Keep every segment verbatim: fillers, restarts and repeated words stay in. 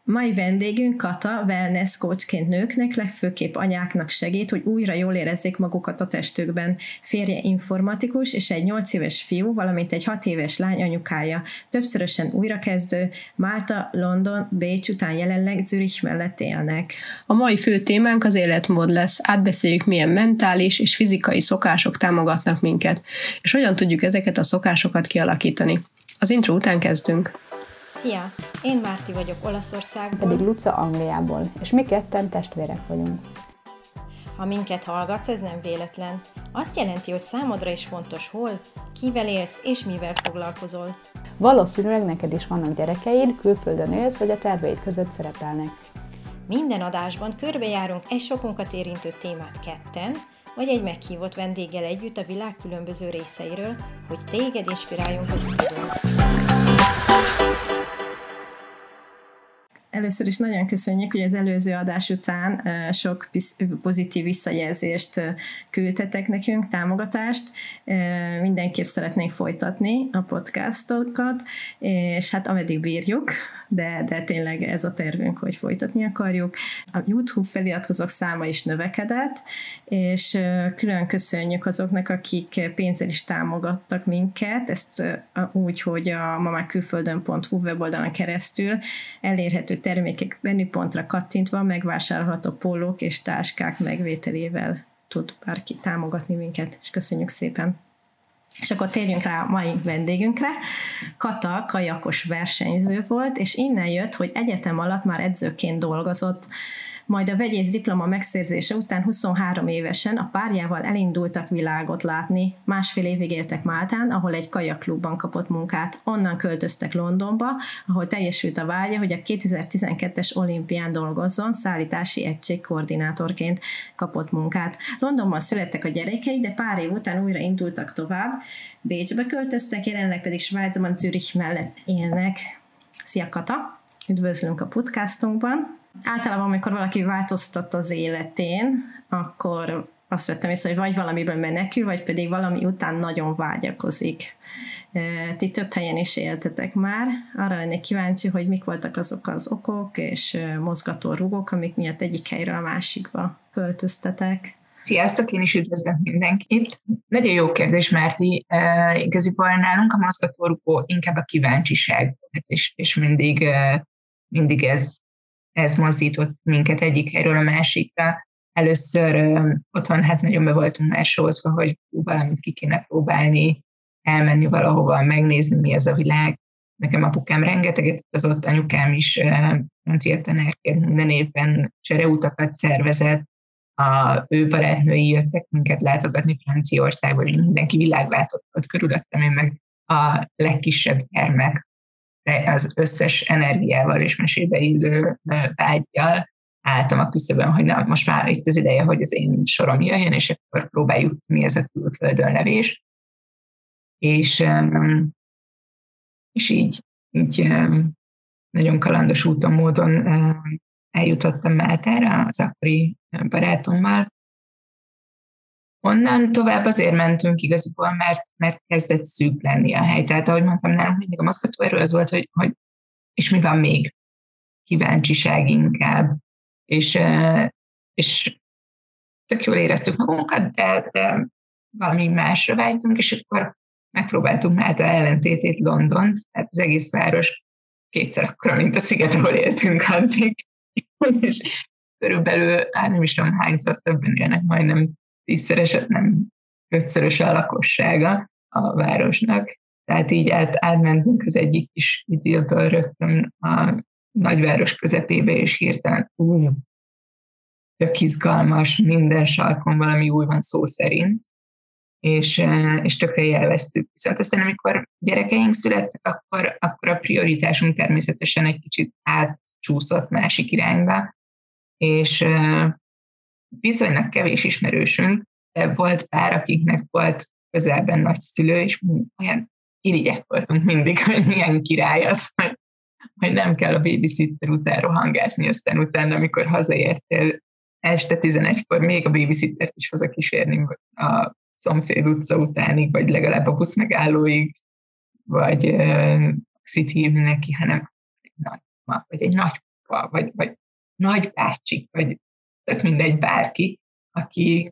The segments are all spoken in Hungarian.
Mai vendégünk Kata wellness coachként nőknek, legfőképp anyáknak segít, hogy újra jól érezzék magukat a testükben. Férje informatikus, és egy nyolc éves fiú, valamint egy hat éves lány anyukája. Többszörösen újrakezdő, Málta, London, Bécs után jelenleg Zürich mellett élnek. A mai fő témánk az életmód lesz. Átbeszéljük, milyen mentális és fizikai szokások támogatnak minket, és hogyan tudjuk ezeket a szokásokat kialakítani. Az intro után kezdünk. Szia! Én Márti vagyok Olaszországból. Pedig Luca Angliából, és mi ketten testvérek vagyunk. Ha minket hallgatsz, ez nem véletlen. Azt jelenti, hogy számodra is fontos, hol, kivel élsz és mivel foglalkozol. Valószínűleg neked is vannak gyerekeid, külföldön élsz, vagy a terveid között szerepelnek. Minden adásban körbejárunk egy sokunkat érintő témát ketten, vagy egy meghívott vendéggel együtt a világ különböző részeiről, hogy téged inspiráljunk az utadon. Először is nagyon köszönjük, hogy az előző adás után sok pozitív visszajelzést küldtetek nekünk, támogatást. Mindenképp szeretnénk folytatni a podcastokat, és hát ameddig bírjuk, de, de tényleg ez a tervünk, hogy folytatni akarjuk. A YouTube feliratkozók száma is növekedett, és külön köszönjük azoknak, akik pénzzel is támogattak minket, ezt úgy, hogy a mamákkülföldön pont hu weboldalon keresztül elérhető termékek menüpontra kattintva megvásárolható pólók és táskák megvételével tud bárki támogatni minket, és köszönjük szépen. És akkor térjünk rá a mai vendégünkre. Kata kajakos versenyző volt, és innen jött, hogy egyetem alatt már edzőként dolgozott. Majd a vegyész diploma megszerzése után huszonhárom évesen a párjával elindultak világot látni. Másfél évig éltek Máltán, ahol egy kajakklubban kapott munkát. Onnan költöztek Londonba, ahol teljesült a vágya, hogy a kétezer-tizenkettes olimpián dolgozzon, szállítási egység koordinátorként kapott munkát. Londonban születtek a gyerekei, de pár év után újra indultak tovább. Bécsbe költöztek, jelenleg pedig Svájcban, Zürich mellett élnek. Szia Kata! Üdvözlünk a podcastunkban! Általában, amikor valaki változtat az életén, akkor azt vettem észre, hogy vagy valamiből menekül, vagy pedig valami után nagyon vágyakozik. Ti több helyen is éltetek már. Arra lennék kíváncsi, hogy mik voltak azok az okok és mozgató rugók, amik miatt egyik helyről a másikba költöztetek. Sziasztok, én is üdvözlök mindenkit. Nagyon jó kérdés, Márti. Uh, igaziból nálunk a mozgatórugó inkább a kíváncsiság, és, és mindig, uh, mindig ez Ez mozdított minket egyik helyről a másikra. Először ö, otthon hát nagyon be voltunk már sózva, hogy valamit ki kéne próbálni, elmenni valahova, megnézni, mi ez a világ. Nekem apukám rengeteget utazott, anyukám is francia tanárként minden évben csereutakat szervezett. A ő barátnői jöttek minket látogatni Franciaországba, és mindenki világlátott volt körülöttem, én meg a legkisebb gyermek, de az összes energiával és mesébe illő vággyal álltam a küszöbön, hogy na, most már itt az ideje, hogy az én sorom jöjjön, és akkor próbáljuk, mi ez a külföldön levés. És, és így, így nagyon kalandos úton, módon eljutottam Máltára az akkori barátommal. Onnan tovább azért mentünk igaziból, mert, mert kezdett szűk lenni a hely. Tehát ahogy mondtam, nálunk mindig a mozgatóerő az volt, hogy, hogy és mi van még? Kíváncsiság inkább. És, és tök jól éreztük magunkat, de, de valami másra vágytunk, és akkor megpróbáltunk Málta ellentétét, Londont, tehát az egész város kétszer akkora, mint a sziget, ahol éltünk addig. És körülbelül, hát nem is tudom hányszor többen élnek, majdnem tízszereset, nem ötszörös a lakossága a városnak. Tehát így át, átmentünk az egyik kis idillből rögtön a nagyváros közepébe, és hirtelen ú, tök izgalmas, minden sarkon valami új van szó szerint, és, és tökre élveztük. Viszont aztán, amikor gyerekeink születtek, akkor, akkor a prioritásunk természetesen egy kicsit átcsúszott másik irányba, és viszonylag kevés ismerősünk, de volt pár, akiknek volt közelben nagyszülő, és olyan irigyek voltunk mindig, hogy milyen király az, hogy, hogy nem kell a babysitter után rohangászni, aztán utána, amikor hazaértél este tizenegykor, még a babysittert is hazakísérni a szomszéd utca utánig, vagy legalább a busz megállóig, vagy uh, taxit hívni neki, hanem egy nagy, vagy egy nagy apa, vagy, vagy nagybácsik, vagy tök mindegy bárki, aki,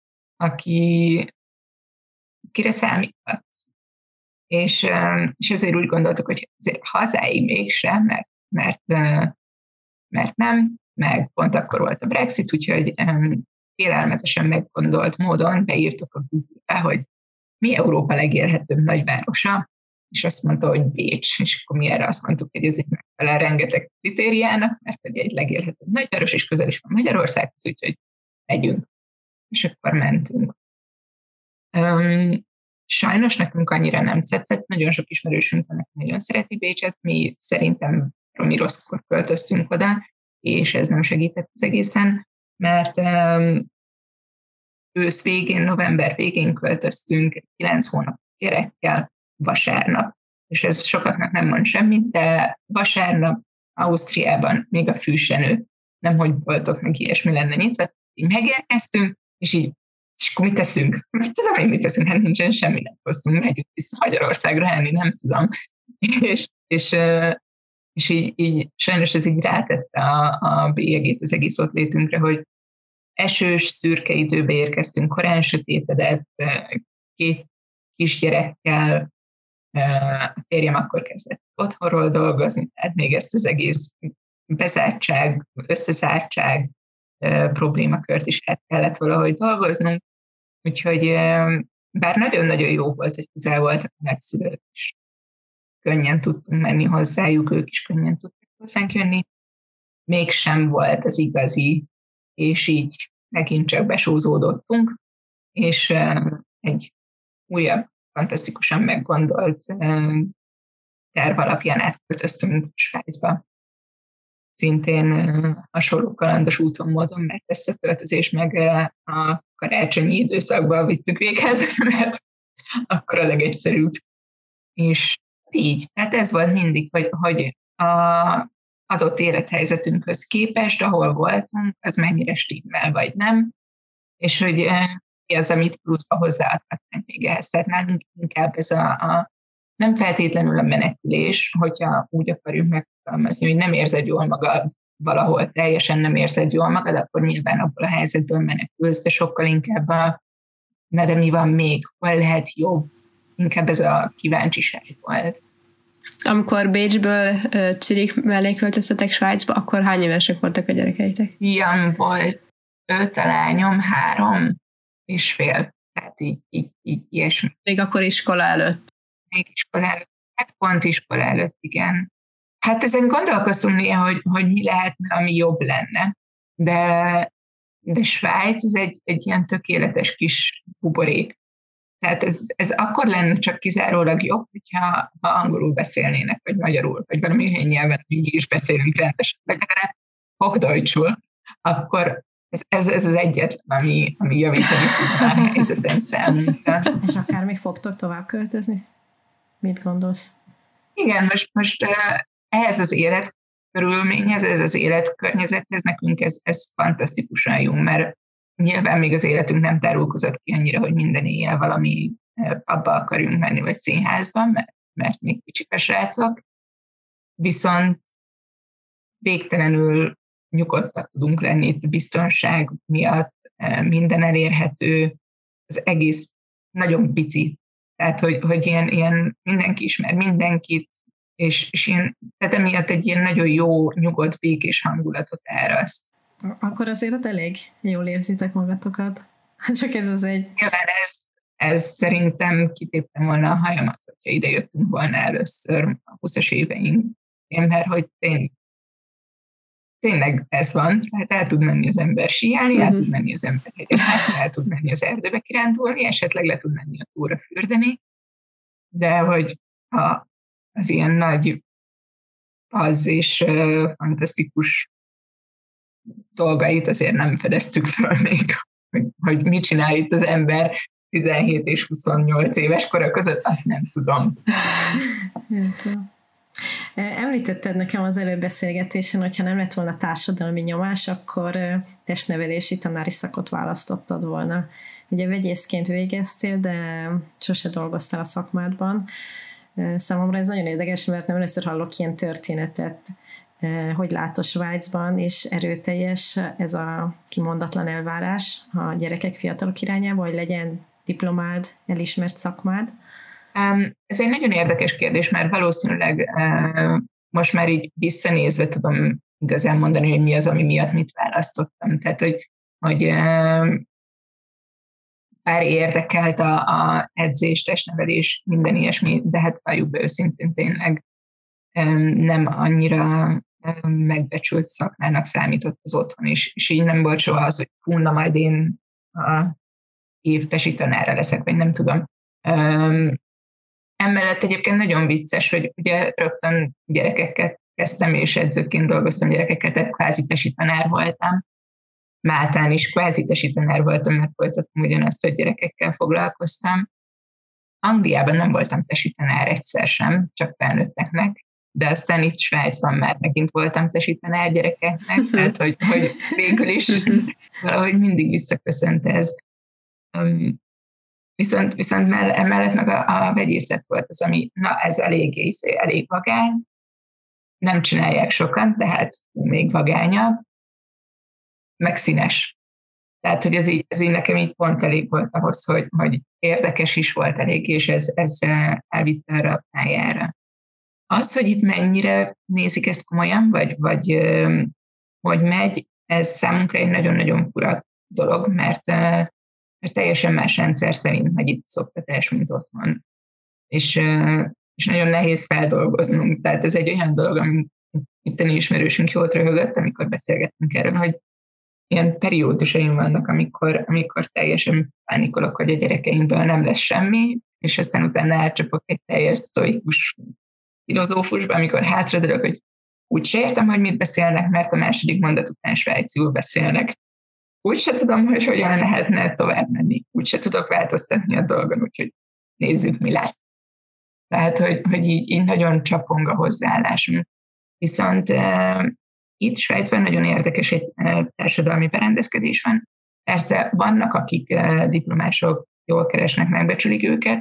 aki, akire számíthatsz. És, és ezért úgy gondoltuk, hogy azért hazáig mégsem, mert, mert, mert nem, meg pont akkor volt a Brexit, úgyhogy félelmetesen meggondolt módon beírtuk a Google-be, hogy mi Európa legélhetőbb nagyvárosa, és azt mondta, hogy Bécs, és akkor mi erre azt mondtuk, hogy ez így megfelel rengeteg kritériának, mert hogy egy legélhetőbb nagyváros, és közel is van Magyarországhoz, úgyhogy megyünk. És akkor mentünk. Um, sajnos nekünk annyira nem tetszett, nagyon sok ismerősünk van, aki nagyon szereti Bécset, mi szerintem romi rosszkor költöztünk oda, és ez nem segített az egészen, mert um, ősz végén, november végén költöztünk kilenc hónap gyerekkel vasárnap, és ez sokaknak nem mond semmit, de vasárnap Ausztriában még a fűsenő, nemhogy boltok meg ilyesmi lenne nyitva, így megérkeztünk, és így, és akkor mit teszünk? Mit tudom én, mit teszünk? Hát nincsen semmi, nem hoztunk, megyünk vissza Magyarországra enni, nem tudom. És, és, és így, így sajnos ez így rátette a, a bélyegét az egész ott létünkre, hogy esős, szürke időbe érkeztünk, korán sötétedett, két kisgyerekkel, a férjem akkor kezdett otthonról dolgozni, tehát még ezt az egész bezártság, összezártság problémakört is hát kellett valahogy dolgoznunk, úgyhogy bár nagyon-nagyon jó volt, hogy közel voltak a nagyszülők is. Könnyen tudtunk menni hozzájuk, ők is könnyen tudtak hozzánk jönni, mégsem volt az igazi, és így megint csak besózódottunk, és egy újabb, fantasztikusan meggondolt terv alapján átköltöztünk Svájcba. Szintén hasonló kalandos úton módon, mert ezt a költözést meg a karácsonyi időszakban vittük véghez, mert akkor a legegyszerűbb. És így, tehát ez volt mindig, hogy, hogy a adott élethelyzetünkhöz képest, ahol voltunk, az mennyire stimmel, vagy nem, és hogy mi az, amit pluszba hozzáadhatnánk még ehhez. Tehát nálunk inkább ez a, a nem feltétlenül a menekülés, hogyha úgy akarjuk megfogalmazni, hogy nem érzed jól magad valahol, teljesen nem érzed jól magad, akkor nyilván abból a helyzetből menekülsz, de sokkal inkább a na de mi van még, hol lehet jobb, inkább ez a kíváncsiság volt. Amikor Bécsből uh, Zürich mellé költöztetek Svájcba, akkor hány évesek voltak a gyerekeitek? Ilyen volt öt, a lányom három és fél. Tehát így, így, így ilyesmi. Még akkor iskola előtt? Még iskola előtt. Hát pont iskola előtt, igen. Hát ezen gondolkoztunk néha, hogy, hogy mi lehetne, ami jobb lenne. De, de Svájc ez egy, egy ilyen tökéletes kis buborék. Tehát ez, ez akkor lenne csak kizárólag jobb, hogyha ha angolul beszélnének, vagy magyarul, vagy valamilyen nyelven, mi is beszélünk rendesen, vagy legalább hochdeutschul, akkor ez, ez, ez az egyetlen, ami, ami javítani tudná a helyzetem számunkra. És akár még fogtok tovább költözni? Mit gondolsz? Igen, most, most ehhez az életkörülményhez, ez az életkörnyezethez nekünk ez, ez fantasztikusan jó, mert nyilván még az életünk nem tárulkozott ki annyira, hogy minden éjjel valami abba akarjunk menni, vagy színházban, mert, mert még kicsik a srácok. Viszont végtelenül nyugodtak tudunk lenni itt a biztonság miatt, minden elérhető, az egész nagyon pici. Tehát, hogy, hogy ilyen, ilyen mindenki ismer mindenkit, és, és ilyen, tehát emiatt egy ilyen nagyon jó, nyugodt, békés hangulatot áraszt. Akkor azért elég jól érzitek magatokat. Csak ez az egy... Nyilván ez, ez szerintem kitéptem volna a hajamat, hogyha ide jöttünk volna először a huszas éveink. Én, mert hogy tényleg, tényleg ez van, tehát el tud menni az ember síelni, uh-huh. el tud menni az ember hegyen, el tud menni az erdőbe kirándulni, esetleg le tud menni a túra fürdeni, de hogy a, az ilyen nagy az és uh, fantasztikus dolgait azért nem fedeztük föl még, hogy, hogy mit csinál itt az ember tizenhét és huszonnyolc éves kora között, azt nem tudom. Említetted nekem az előbb beszélgetésen, hogyha nem lett volna társadalmi nyomás, akkor testnevelési tanári szakot választottad volna. Ugye vegyészként végeztél, de sose dolgoztál a szakmádban. Számomra ez nagyon érdekes, mert nem először hallok ilyen történetet. hogy látod Svájcban, és erőteljes ez a kimondatlan elvárás a gyerekek, fiatalok irányába, hogy legyen diplomád, elismert szakmád? Ez egy nagyon érdekes kérdés, mert valószínűleg most már így visszanézve tudom igazán mondani, hogy mi az, ami miatt mit választottam. Tehát, hogy, hogy bár érdekelt a, a edzés, testnevelés, minden ilyesmi, de hát valljuk be őszintén tényleg nem annyira megbecsült szakmának számított az otthon is, és így nem volt soha az, hogy fú, na majd én a év tesi tanára leszek, vagy nem tudom. Emellett egyébként nagyon vicces, hogy ugye rögtön gyerekekkel kezdtem, és edzőként dolgoztam gyerekekkel, tehát kvázi tesi tanár voltam. Máltán is kvázi tesi tanár voltam, mert folytattam ugyanazt, hogy gyerekekkel foglalkoztam. Angliában nem voltam tesi tanár egyszer sem, csak felnőtteknek, de aztán itt Svájcban már megint voltam tesi tanár gyerekeknek, tehát hogy, hogy végül is valahogy mindig visszaköszönt ez. Viszont, viszont emellett meg a, a vegyészet volt az, ami, na ez elég, elég vagány, nem csinálják sokan, tehát még vagányabb, meg színes. Tehát, hogy ez így, ez így nekem így pont elég volt ahhoz, hogy, hogy érdekes is volt elég, és ez, ez elvitte arra a pályára. Az, hogy itt mennyire nézik ezt komolyan, vagy, vagy hogy megy, ez számunkra egy nagyon-nagyon fura dolog, mert, mert teljesen más rendszer szerint megy itt az oktatás, mint otthon. És, és nagyon nehéz feldolgoznunk. Tehát ez egy olyan dolog, amit itteni ismerősünk jót röhögött, amikor beszélgettünk erről, hogy ilyen periódusaim vannak, amikor, amikor teljesen pánikolok, hogy a gyerekeinkből nem lesz semmi, és aztán utána átcsapok egy teljes sztoikus filozófusba, amikor hátradőlök, hogy úgy se értem, hogy mit beszélnek, mert a második mondat után svájciul beszélnek. Úgy se tudom, hogy hogyan lehetne tovább menni. Úgy se tudok változtatni a dolgon, úgyhogy nézzük, mi lesz. Tehát, hogy, hogy így, így nagyon csapong a hozzáállásunk. Viszont e, itt Svájcban nagyon érdekes egy e, társadalmi berendezkedés van. Persze vannak, akik e, diplomások jól keresnek, megbecsülik őket,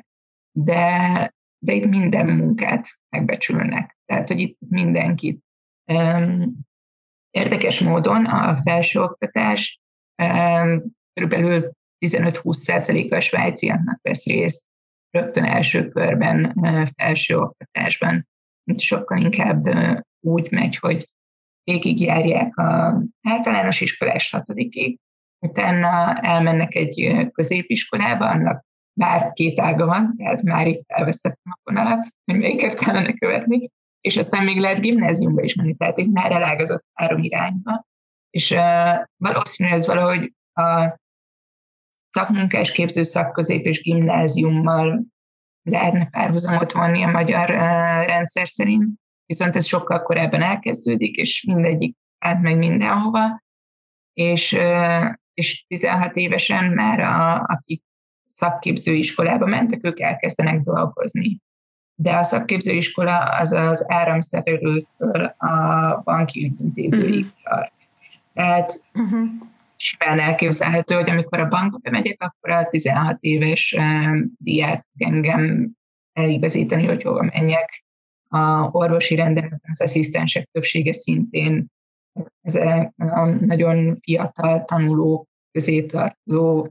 de, de itt minden munkát megbecsülnek. Tehát, hogy itt mindenkit. E, érdekes módon a felsőoktatás e, körülbelül tizenöt-húsz százaléka a svájciaknak vesz részt rögtön első körben felsőoktatásban. Sokkal inkább úgy megy, hogy végigjárják az általános iskolás hatodikig, utána elmennek egy középiskolába, annak már két ága van, tehát már itt elvesztettem a vonalat, hogy melyiket kellene követni, és aztán még lehet gimnáziumba is menni, tehát itt már elágazott három irányba, és uh, valószínűleg ez valahogy a szakmunkás képző szakközép és gimnáziummal lehetne párhuzamot vonni a magyar uh, rendszer szerint, viszont ez sokkal korábban elkezdődik, és mindegyik átmegy mindenhova, és, uh, és tizenhat évesen már a, akik szakképzőiskolába mentek, ők elkezdenek dolgozni. De a szakképzőiskola az az áramszerelőtől a banki ügyintézőig tart. Tehát uh-huh. simán elképzelhető, hogy amikor a bankba bemegyek, akkor a tizenhat éves uh, diák engem eligazítani, hogy hova menjek. A orvosi rendeletben az asszisztensek többsége szintén ezek a nagyon fiatal tanulók közé tartozó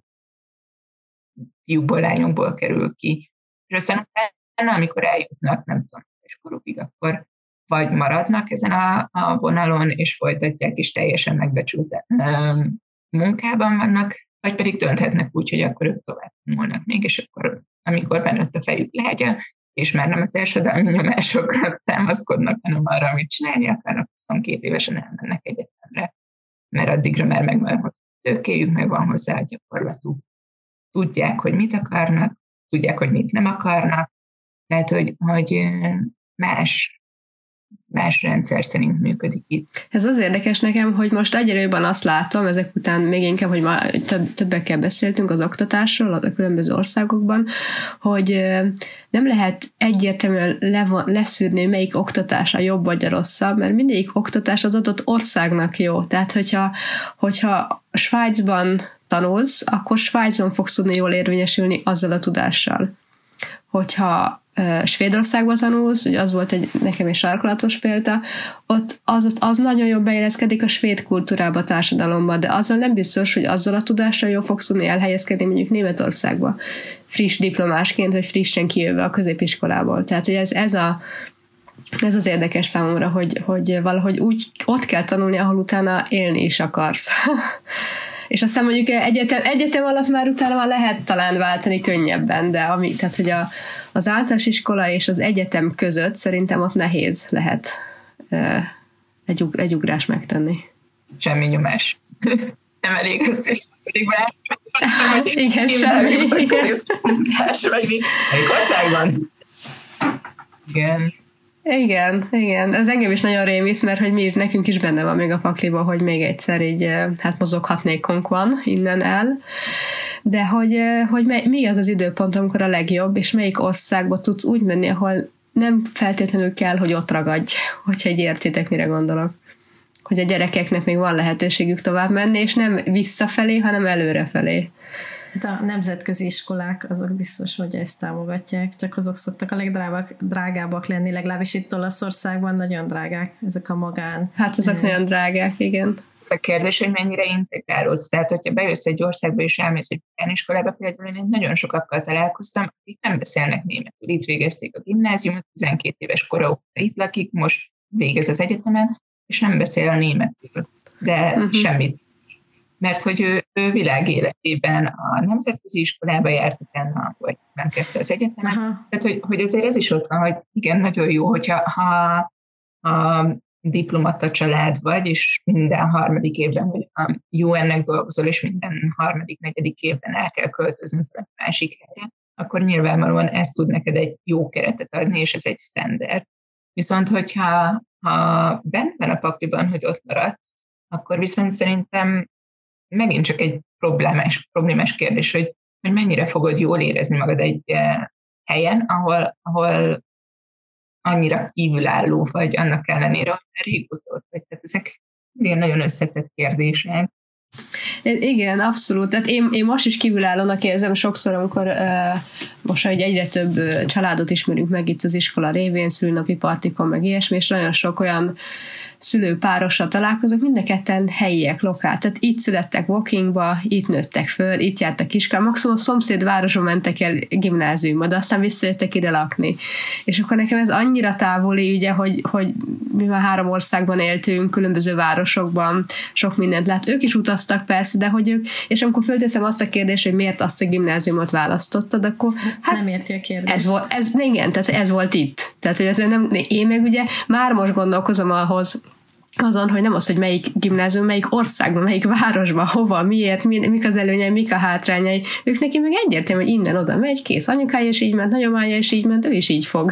fiúkból, lányokból kerül ki. És aztán utána, amikor eljutnak, nem tudom, és korukig, akkor vagy maradnak ezen a, a vonalon, és folytatják, és teljesen megbecsült um, munkában vannak, vagy pedig dönthetnek úgy, hogy akkor ők tovább tanulnak még, és akkor, amikor benőtt a fejük lágya, és már nem a társadalmi nyomásokra támaszkodnak, hanem arra, amit csinálni akarnak, huszonkét évesen elmennek egyetemre, mert addigra már megvan hozzá a tőkéjük, meg van hozzá a gyakorlatuk. Tudják, hogy mit akarnak, tudják, hogy mit nem akarnak, tehát, hogy, hogy más más rendszer szerint működik itt. Ez az érdekes nekem, hogy most egyre jobban azt látom, ezek után még inkább, hogy ma több, többekkel beszéltünk az oktatásról a különböző országokban, hogy nem lehet egyértelműen levon, leszűrni, melyik oktatás a jobb vagy a rosszabb, mert mindegyik oktatás az adott országnak jó. Tehát, hogyha, hogyha Svájcban tanulsz, akkor Svájcban fogsz tudni jól érvényesülni azzal a tudással. Hogyha Svédországban tanulsz, ugye az volt egy nekem egy sarkolatos példa, ott az, az nagyon jól beilleszkedik a svéd kultúrába, társadalomba, de azzal nem biztos, hogy azzal a tudással jól fogsz tudni elhelyezkedni mondjuk Németországba friss diplomásként, vagy frissen kijövve a középiskolából. Tehát, hogy ez, ez, a, ez az érdekes számomra, hogy, hogy valahogy úgy ott kell tanulni, ahol utána élni is akarsz. És aztán mondjuk egyetem, egyetem alatt már utána már lehet talán váltani könnyebben, de ami, tehát, hogy a, az általános iskola és az egyetem között szerintem ott nehéz lehet uh, egy, egy ugrás megtenni. Semmi nyomás. Nem elég az, hogy pedig már igen, semmi. Igen. Vagy még egy országban. Igen. Igen, igen. Ez engem is nagyon rémisz, mert hogy mi, nekünk is benne van még a pakliban, hogy még egyszer így hát mozoghatnékunk van innen el. De hogy, hogy mi az az időpont, amikor a legjobb, és melyik országba tudsz úgy menni, ahol nem feltétlenül kell, hogy ott ragadj, hogyha egy értitek, mire gondolok. Hogy a gyerekeknek még van lehetőségük tovább menni, és nem visszafelé, hanem előrefelé. Hát a nemzetközi iskolák azok biztos, hogy ezt támogatják, csak azok szoktak a legdrágábbak lenni, legalábbis itt Olaszországban nagyon drágák ezek a magán. Hát azok nagyon drágák, igen. Ez a kérdés, hogy mennyire integrálódsz. Tehát, hogyha bejössz egy országba és elmész egy iskolába, például én nagyon sokakkal találkoztam, akik nem beszélnek németül. Itt végezték a gimnáziumot, tizenkét éves kora óta itt lakik, most végez az egyetemen, és nem beszél németül. De uh-huh. semmit. Mert hogy ő, ő világ életében a nemzetközi iskolába járt utána, vagy nem kezdte az egyetemet. Uh-huh. Tehát, hogy, hogy azért ez is ott van, hogy igen, nagyon jó, hogyha ha a diplomata család vagy, és minden harmadik évben, vagy a jó ennek dolgozol, és minden harmadik, negyedik évben el kell költöznöd a másik helyre, akkor nyilvánvalóan ez tud neked egy jó keretet adni, és ez egy standard. Viszont, hogyha ha bent van a pakliban, hogy ott maradsz, akkor viszont szerintem megint csak egy problémás, problémás kérdés, hogy, hogy mennyire fogod jól érezni magad egy helyen, ahol, ahol annyira kívülálló vagy, annak ellenére, hogy régóta ott vagy. Tehát ezek ilyen nagyon összetett kérdések. Igen, abszolút. Tehát én, én most is kívülállónak érzem sokszor, amikor uh, most, hogy egyre több uh, családot ismerünk meg itt az iskola révén, szülinapi partikon, meg ilyesmi, és nagyon sok olyan szülőpárossal találkozok, mind a ketten helyiek, lokál. Tehát itt születtek Wokingba, itt nőttek föl, itt jártak iskolába, maximum a szomszéd városba mentek el gimnáziumba, de aztán visszajöttek ide lakni. És akkor nekem ez annyira távoli, ugye, hogy, hogy mi már három országban éltünk, különböző városokban, sok mindent lát. Ők is utaztak persze, de hogy ők, és amikor fölteszem azt a kérdést, hogy miért azt a gimnáziumot választottad, akkor hát nem érti a kérdést. Ez volt, ez, igen, tehát ez volt itt. Tehát, hogy ez nem, én meg ugye már most gondolkozom ahhoz, azon, hogy nem az, hogy melyik gimnázium, melyik országban, melyik városban, hova, miért, mi, mik az előnyei, mik a hátrányai. Ők neki meg egyértelmű, hogy innen oda megy, kész, anyukája is így ment, nagyomája is így ment, ő is így fog.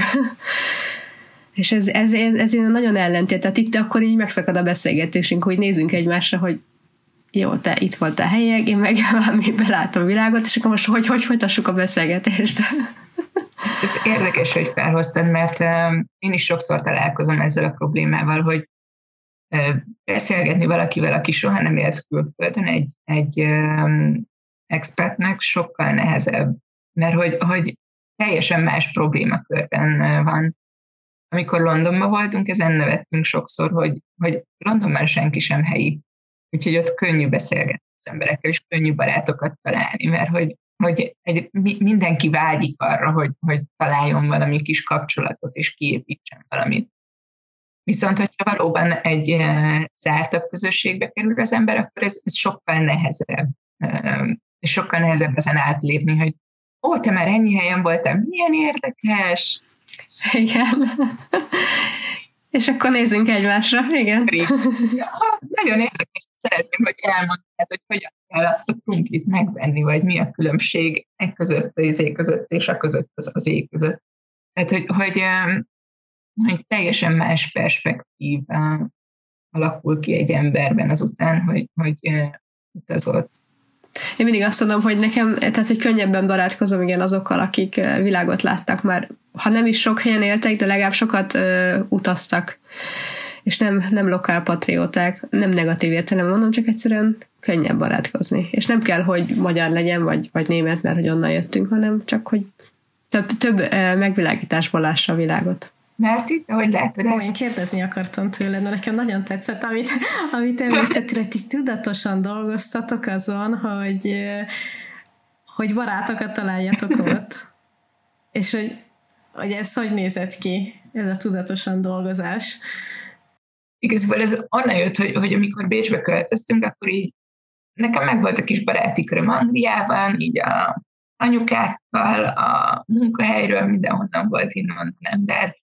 És ez, ez, ez, ez nagyon ellentét, tehát itt akkor így megszakad a beszélgetésünk, hogy nézzünk egymásra, hogy jó, te itt voltál helyek, én meg valami belátom a világot, és akkor most hogy, hogy folytassuk a beszélgetést? Ez, ez érdekes, hogy felhoztad, mert um, én is sokszor találkozom ezzel a problémával, hogy uh, beszélgetni valakivel, aki soha nem élt külföldön, egy, egy um, expertnek sokkal nehezebb, mert hogy, hogy teljesen más problémakörben uh, van. Amikor Londonban voltunk, ezen nevettünk sokszor, hogy, hogy Londonban senki sem helyi. Úgyhogy ott könnyű beszélgetni az emberekkel, és könnyű barátokat találni, mert hogy, hogy egy, mindenki vágyik arra, hogy, hogy találjon valami kis kapcsolatot, és kiépítsen valamit. Viszont, hogyha valóban egy e, zártabb közösségbe kerül az ember, akkor ez, ez sokkal nehezebb. E, és sokkal nehezebb ezen átlépni, hogy ó, te már ennyi helyen voltál, milyen érdekes! Igen. És akkor nézzünk egymásra, igen. Ja, nagyon érdekes, szeretném, hogy elmondtad, hogy hogyan kell azt a krumplit megvenni, vagy mi a különbség e között, az é között, és a között az az é között. Tehát, hogy, hogy, hogy teljesen más perspektíva alakul ki egy emberben azután, hogy, hogy utazott. Én mindig azt mondom, hogy nekem, tehát, hogy könnyebben barátkozom igen azokkal, akik világot láttak már, ha nem is sok helyen éltek, de legalább sokat ö, utaztak. És nem, nem lokálpatrióták, nem negatív értelem mondom, csak egyszerűen könnyebb barátkozni. És nem kell, hogy magyar legyen, vagy, vagy német, mert hogy onnan jöttünk, hanem csak, hogy több, több megvilágításból lássa a világot. Mert itt, ahogy látod ezt... Ó, én kérdezni akartam tőled, mert nekem nagyon tetszett, amit, amit említettél, hogy ti tudatosan dolgoztatok azon, hogy, hogy barátokat találjatok ott. És hogy, hogy ez hogy nézett ki, ez a tudatosan dolgozás? Igazából ez onnan jött, hogy, hogy amikor Bécsbe költöztünk, akkor így nekem meg volt a kis baráti köröm Angliában, így a anyukákkal, a munkahelyről, mindenhonnan volt innen ember.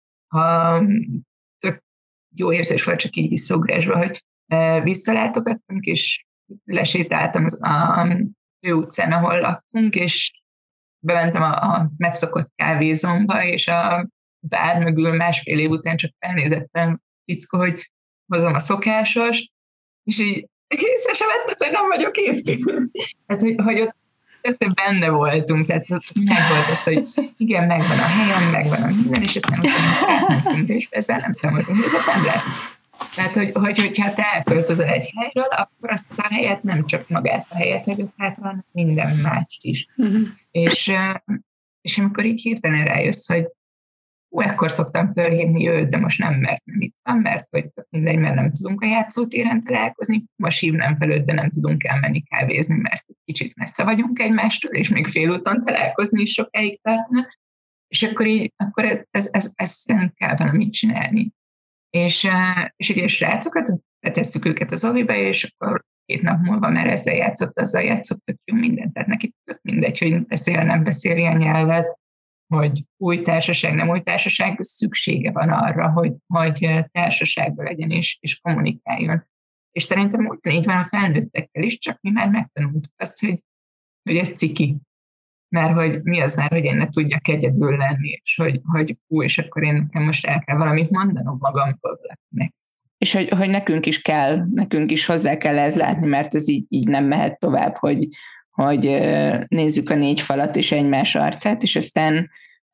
Um, tök jó érzés volt csak így visszaugrásba, hogy uh, visszalátogattunk, és lesétáltam az a főutcán, ahol laktunk, és bementem a, a megszokott kávézomba, és a bár mögül másfél év után csak felnézettem fickó, hogy hozom a szokásos, és így észre sem vetted, hogy nem vagyok én. Tehát, hogy, hogy ott több benne voltunk, tehát meg volt az, hogy igen, megvan a helyem, megvan a minden, és aztán utána átmentünk, és ezzel nem számoltunk, hogy ez ott nem lesz. Tehát, hogy, hogy, hogyha te elköltözöl egy helyről, akkor azt a helyet nem csak magát a helyet hagyod hátra, hanem minden mást is. Uh-huh. És, és amikor így hirtelen rájössz, hogy ú, ekkor szoktam fölhívni őt, de most nem, mert nem itt van, mert hogy mindegy, mert nem tudunk a játszótéren találkozni, most hívnám fel őt, de nem tudunk elmenni kávézni, mert kicsit messze vagyunk egymástól, és még félúton találkozni is sokáig tartana, és akkor így, akkor ez, ez, ez, ez kell valamit csinálni. És, és ugye a srácokat, betesszük őket az oviba, és akkor két nap múlva már ezzel játszott, azzal játszott, hogy jó mindent, tehát neki tök mindegy, hogy beszél, nem beszél ilyen nyelvet, hogy új társaság, nem új társaság, szüksége van arra, hogy, hogy társaságban legyen és, és kommunikáljon. És szerintem ugyanígy van a felnőttekkel is, csak mi már megtanultuk azt, hogy, hogy ez ciki. Mert hogy mi az már, hogy én ne tudjak egyedül lenni, és hogy, hogy ú, és akkor én nekem most el kell valamit mondanom magamból valakinek. És hogy, hogy nekünk is kell, nekünk is hozzá kell ez látni, mert ez így, így nem mehet tovább, hogy hogy nézzük a négy falat és egymás arcát, és aztán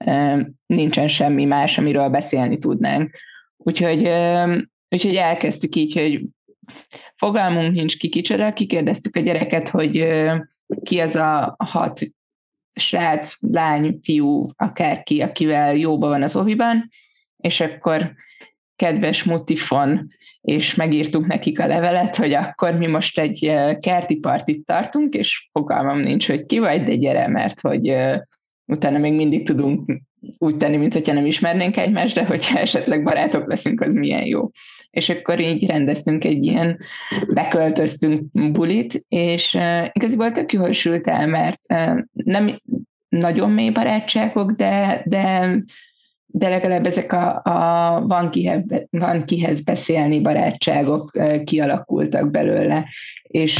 nincsen semmi más, amiről beszélni tudnánk. Úgyhogy, úgyhogy elkezdtük így, hogy fogalmunk nincs ki kicsoda, kikérdeztük a gyereket, hogy ki az a hat srác, lány, fiú, akárki, akivel jóban van az oviban, és akkor kedves mutifon, és megírtuk nekik a levelet, hogy akkor mi most egy kerti partit tartunk, és fogalmam nincs, hogy ki vagy, de gyere, mert hogy utána még mindig tudunk úgy tenni, mint hogyha nem ismernénk egymást, de hogyha esetleg barátok leszünk, az milyen jó. És akkor így rendeztünk egy ilyen, beköltöztünk bulit, és igaziból tök jól sült el, mert nem nagyon mély barátságok, de, de de legalább ezek a, a van, kihez, van kihez beszélni barátságok kialakultak belőle. És,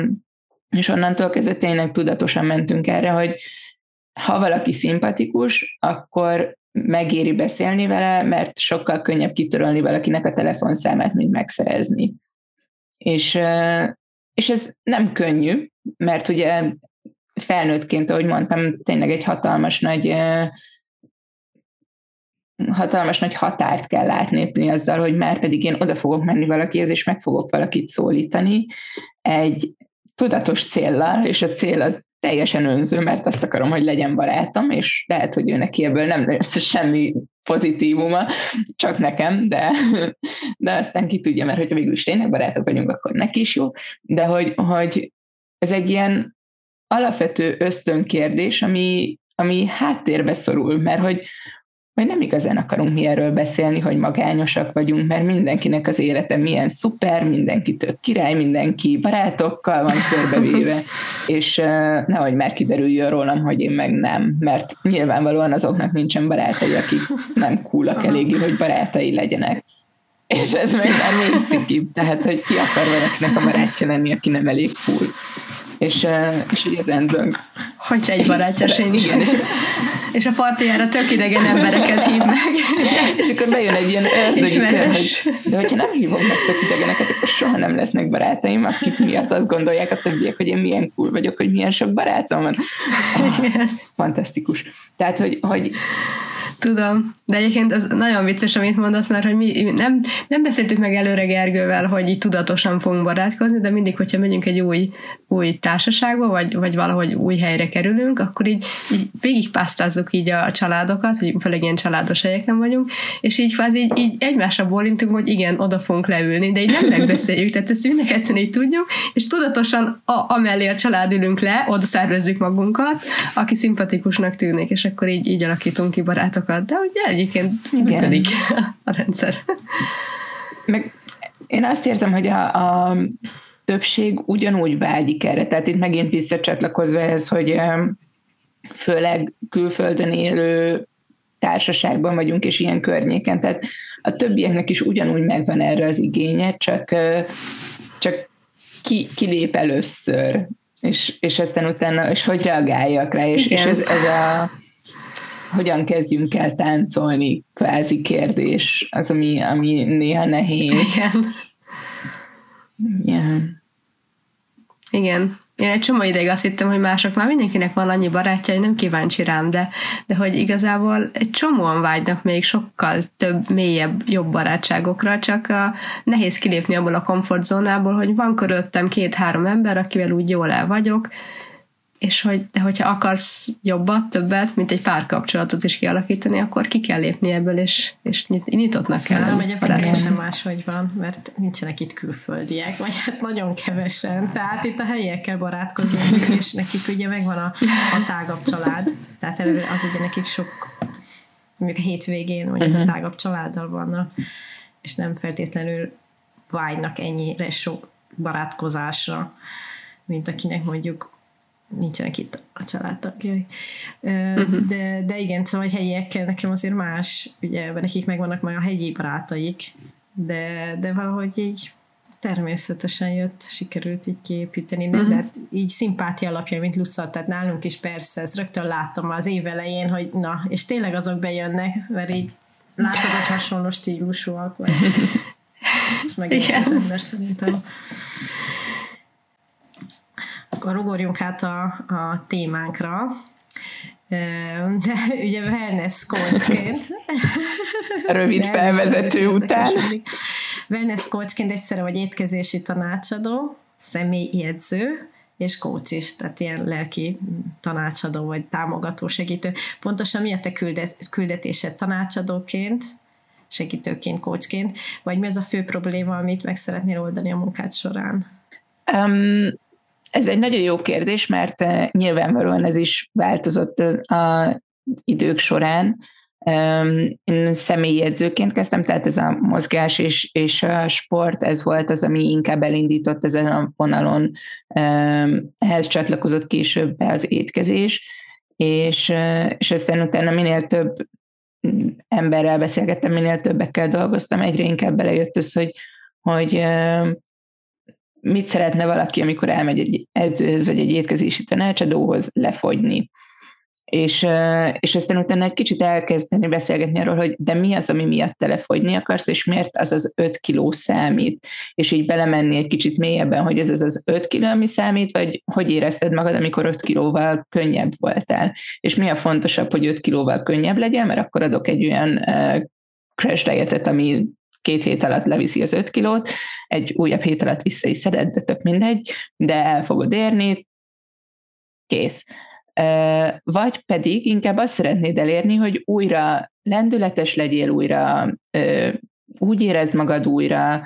és onnantól kezdve tényleg tudatosan mentünk erre, hogy ha valaki szimpatikus, akkor megéri beszélni vele, mert sokkal könnyebb kitörölni valakinek a telefonszámát, mint megszerezni. És, és ez nem könnyű, mert ugye felnőttként, ahogy mondtam, tényleg egy hatalmas nagy hatalmas nagy határt kell átnépni azzal, hogy már pedig én oda fogok menni valakihez, és meg fogok valakit szólítani egy tudatos céllal, és a cél az teljesen önző, mert azt akarom, hogy legyen barátom, és lehet, hogy ő neki ebből nem lesz semmi pozitívuma, csak nekem, de, de aztán ki tudja, mert hogyha végül is tényleg barátok vagyunk, akkor neki is jó, de hogy, hogy ez egy ilyen alapvető ösztönkérdés, ami, ami háttérbe szorul, mert hogy vagy nem igazán akarunk mi erről beszélni, hogy magányosak vagyunk, mert mindenkinek az élete milyen szuper, mindenki tök király, mindenki barátokkal van körbevéve, és uh, nehogy már kiderüljön rólam, hogy én meg nem, mert nyilvánvalóan azoknak nincsen barátai, akik nem coolak eléggé, hogy barátai legyenek. És ez meg már még cikibb, tehát hogy ki akar valakinek a barátja lenni, aki nem elég cool. És, és így ezen döng. Hogy egy barátjas én is. És, és a partiára tök idegen embereket hív meg. És akkor bejön egy ilyen ördögi, hogy de hogyha nem hívom meg tök idegeneket, akkor soha nem lesznek barátaim, akik miatt azt gondolják a többiek, hogy én milyen cool vagyok, hogy milyen sok barátom van. Ah, fantasztikus. Tehát, hogy, hogy Tudom, de egyébként ez nagyon vicces, amit mondasz, mert hogy mi nem, nem beszéltük meg előre Gergővel, hogy így tudatosan fogunk barátkozni, de mindig, hogyha megyünk egy új, új társaságba, vagy, vagy valahogy új helyre kerülünk, akkor így, így végigpásztázzuk így a családokat, hogy főleg ilyen családos helyeken vagyunk, és így kvázi így, így egymásra bólintunk, hogy igen, oda fogunk leülni, de így nem megbeszéljük, tehát ezt mind a ketten így tudjuk, és tudatosan a, amellé a család ülünk le, oda szervezzük magunkat, aki szimpatikusnak tűnik, és akkor így, így alakítunk ki barátokat. De ugye egyébként működik a rendszer. Meg én azt érzem, hogy a, a többség ugyanúgy vágyik erre. Tehát itt megint visszacsatlakozva ez, hogy főleg külföldön élő társaságban vagyunk, és ilyen környéken. Tehát a többieknek is ugyanúgy megvan erre az igénye, csak, csak ki, ki lép először, és, és aztán utána, és hogy reagáljak rá, és, és ez, ez a hogyan kezdjünk el táncolni, kvázi kérdés, az, ami, ami néha nehéz. Igen. Yeah. Igen. Én egy csomó ideig azt hittem, hogy mások már mindenkinek van annyi barátja, hogy nem kíváncsi rám, de, de hogy igazából egy csomóan vágynak még sokkal több, mélyebb, jobb barátságokra, csak a, nehéz kilépni abból a komfortzónából, hogy van körülöttem két-három ember, akivel úgy jól el vagyok, és hogy, de hogyha akarsz jobbat, többet, mint egy párkapcsolatot is kialakítani, akkor ki kell lépni ebből, és, és nyitottnak kell. Nem, egyébként teljesen máshogy van, mert nincsenek itt külföldiek, vagy hát nagyon kevesen. Tehát itt a helyiekkel barátkozunk, és nekik ugye megvan a, a tágabb család. Tehát az ugye nekik sok, mondjuk a hétvégén mondjuk uh-huh. a tágabb családdal vannak, és nem feltétlenül vágynak ennyire sok barátkozásra, mint akinek mondjuk nincsenek itt a családtagjai. Uh-huh. De, de igen, szóval hogy helyiekkel nekem azért más, ugye, mert nekik megvannak már a helyi barátaik, de, de valahogy így természetesen jött, sikerült így kiépíteni, uh-huh. de így szimpátia alapján, mint Luca, tehát nálunk is persze, ezt rögtön láttam az év elején, hogy na, és tényleg azok bejönnek, mert így látod, hogy hasonló stílusúak, vagy ez meg is az ember szerintem. Akkor ugorjunk át a, a témánkra. De ugye wellness coachként. Rövid felvezető után. Wellness coachként egyszerre vagy étkezési tanácsadó, személyedző és coach is, tehát ilyen lelki tanácsadó vagy támogató, segítő. Pontosan mi a te küldet, küldetésed tanácsadóként, segítőként, coachként, vagy mi az a fő probléma, amit meg szeretnél oldani a munkád során? Um, Ez egy nagyon jó kérdés, mert uh, nyilvánvalóan ez is változott az idők során. Um, én személyi edzőként kezdtem, tehát ez a mozgás és, és a sport, ez volt az, ami inkább elindított ezen a vonalon. Um, ehhez csatlakozott később be az étkezés, és, uh, és aztán utána minél több emberrel beszélgettem, minél többekkel dolgoztam, egyre inkább belejött az, hogy, hogy uh, mit szeretne valaki, amikor elmegy egy edzőhöz, vagy egy étkezési tanácsadóhoz lefogyni. És, és aztán utána egy kicsit elkezdeni beszélgetni arról, hogy de mi az, ami miatt te lefogyni akarsz, és miért az az öt kiló számít. És így belemenni egy kicsit mélyebben, hogy ez az az öt kiló, ami számít, vagy hogy érezted magad, amikor öt kilóval könnyebb voltál. És mi a fontosabb, hogy öt kilóval könnyebb legyen, mert akkor adok egy olyan uh, crash dietet, ami két hét alatt leviszi az öt kilót, egy újabb hét alatt vissza is szeded, de tök mindegy, de el fogod érni, kész. Vagy pedig inkább azt szeretnéd elérni, hogy újra lendületes legyél, újra úgy érezd magad újra,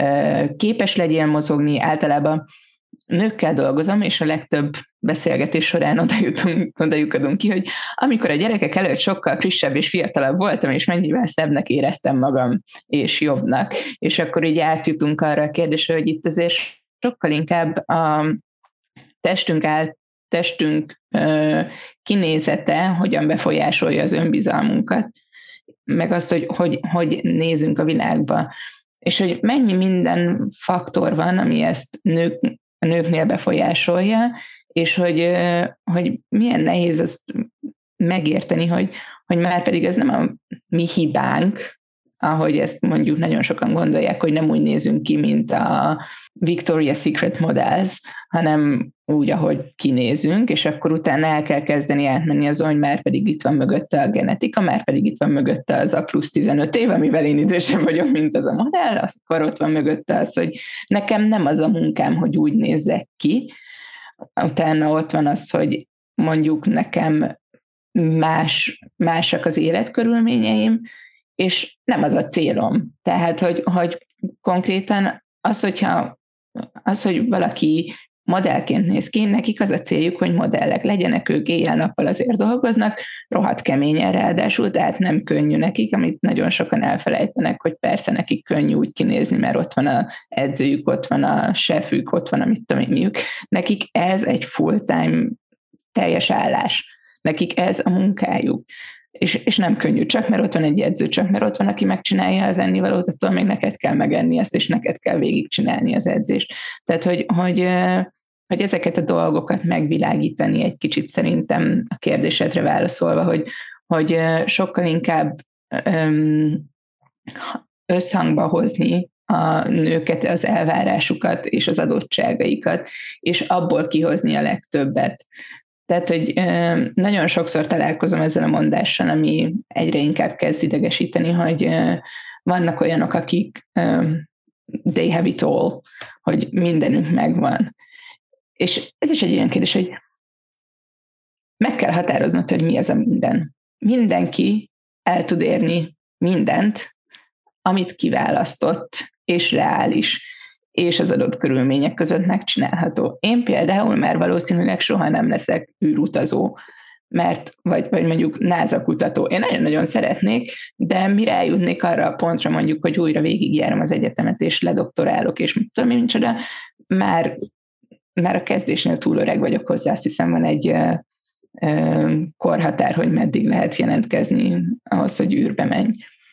képes legyél mozogni, általában nőkkel dolgozom, és a legtöbb beszélgetés során oda, jutunk, oda lyukadunk ki, hogy amikor a gyerekek előtt sokkal frissebb és fiatalabb voltam, és mennyivel szebbnek éreztem magam, és jobbnak. És akkor így átjutunk arra a kérdésre, hogy itt azért sokkal inkább a testünk át, testünk uh, kinézete hogyan befolyásolja az önbizalmunkat, meg azt, hogy, hogy hogy nézünk a világba. És hogy mennyi minden faktor van, ami ezt nők, a nőknél befolyásolja, és hogy, hogy milyen nehéz azt megérteni, hogy, hogy már pedig ez nem a mi hibánk, ahogy ezt mondjuk nagyon sokan gondolják, hogy nem úgy nézünk ki, mint a Victoria's Secret Models, hanem úgy, ahogy kinézünk, és akkor utána el kell kezdeni átmenni azon, hogy már pedig itt van mögötte a genetika, már pedig itt van mögötte az a plusz tizenöt év, amivel én idősebb vagyok, mint az a modell, akkor ott van mögötte az, hogy nekem nem az a munkám, hogy úgy nézzek ki, utána ott van az, hogy mondjuk nekem más, másak az életkörülményeim, és nem az a célom. Tehát, hogy, hogy konkrétan az, hogyha az, hogy valaki modellként néz ki, nekik az a céljuk, hogy modellek legyenek, ők éjjel-nappal azért dolgoznak, rohadt keményen ráadásul, tehát nem könnyű nekik, amit nagyon sokan elfelejtenek, hogy persze nekik könnyű úgy kinézni, mert ott van az edzőjük, ott van a sefük, ott van a mit tudom én, nekik ez egy full-time teljes állás. Nekik ez a munkájuk. És, és nem könnyű, csak mert ott van egy edző, csak mert ott van, aki megcsinálja az ennivalót, attól még neked kell megenni ezt, és neked kell végigcsinálni az edzést. Tehát, hogy, hogy, hogy ezeket a dolgokat megvilágítani egy kicsit szerintem a kérdésedre válaszolva, hogy, hogy sokkal inkább összhangba hozni a nőket, az elvárásukat és az adottságaikat, és abból kihozni a legtöbbet. Tehát, hogy nagyon sokszor találkozom ezzel a mondással, ami egyre inkább kezd idegesíteni, hogy vannak olyanok, akik they have it all, hogy mindenünk megvan. És ez is egy olyan kérdés, hogy meg kell határoznod, hogy mi ez a minden. Mindenki el tud érni mindent, amit kiválasztott, és reális, és az adott körülmények között megcsinálható. Én például már valószínűleg soha nem leszek űrutazó, mert, vagy, vagy mondjuk NASA kutató. Én nagyon-nagyon szeretnék, de mire eljutnék arra a pontra mondjuk, hogy újra végigjárom az egyetemet, és ledoktorálok, és mit tudom én, micsoda, már, már a kezdésnél túl öreg vagyok hozzá, azt hiszem van egy ö, ö, korhatár, hogy meddig lehet jelentkezni ahhoz, hogy űrbe menj.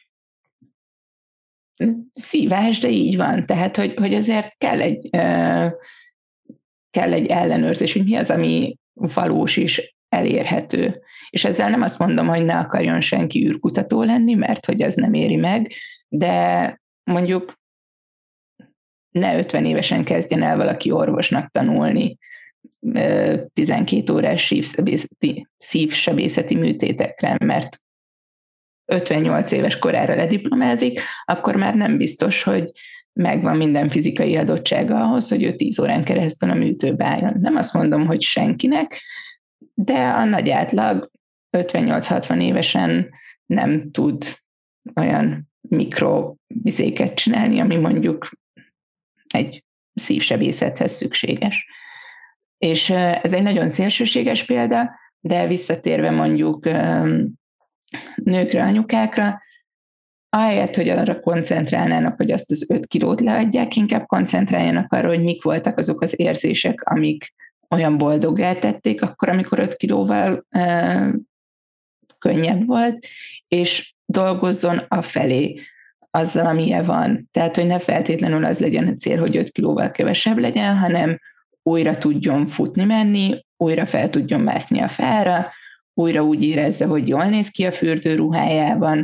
Szívás, de így van. Tehát, hogy, hogy azért kell egy, uh, kell egy ellenőrzés, hogy mi az, ami valós és elérhető. És ezzel nem azt mondom, hogy ne akarjon senki űrkutató lenni, mert hogy ez nem éri meg, de mondjuk ne ötven évesen kezdjen el valaki orvosnak tanulni uh, tizenkét órás szívsebészeti, szívsebészeti műtétekre, mert ötvennyolc éves korára lediplomázik, akkor már nem biztos, hogy megvan minden fizikai adottsága ahhoz, hogy ő tíz órán keresztül a műtőbe álljon. Nem azt mondom, hogy senkinek, de a nagy átlag ötvennyolc-hatvan évesen nem tud olyan mikrovizéket csinálni, ami mondjuk egy szívsebészethez szükséges. És ez egy nagyon szélsőséges példa, de visszatérve mondjuk nőkre, anyukákra, ahelyett, hogy arra koncentrálnának, hogy azt az öt kilót leadják, inkább koncentráljanak arra, hogy mik voltak azok az érzések, amik olyan boldoggá tették, akkor, amikor öt kilóval e, könnyebb volt, és dolgozzon afelé azzal, amilyen van. Tehát, hogy ne feltétlenül az legyen a cél, hogy öt kilóval kevesebb legyen, hanem újra tudjon futni menni, újra fel tudjon mászni a fára, újra úgy érezze, hogy jól néz ki a fürdőruhájában,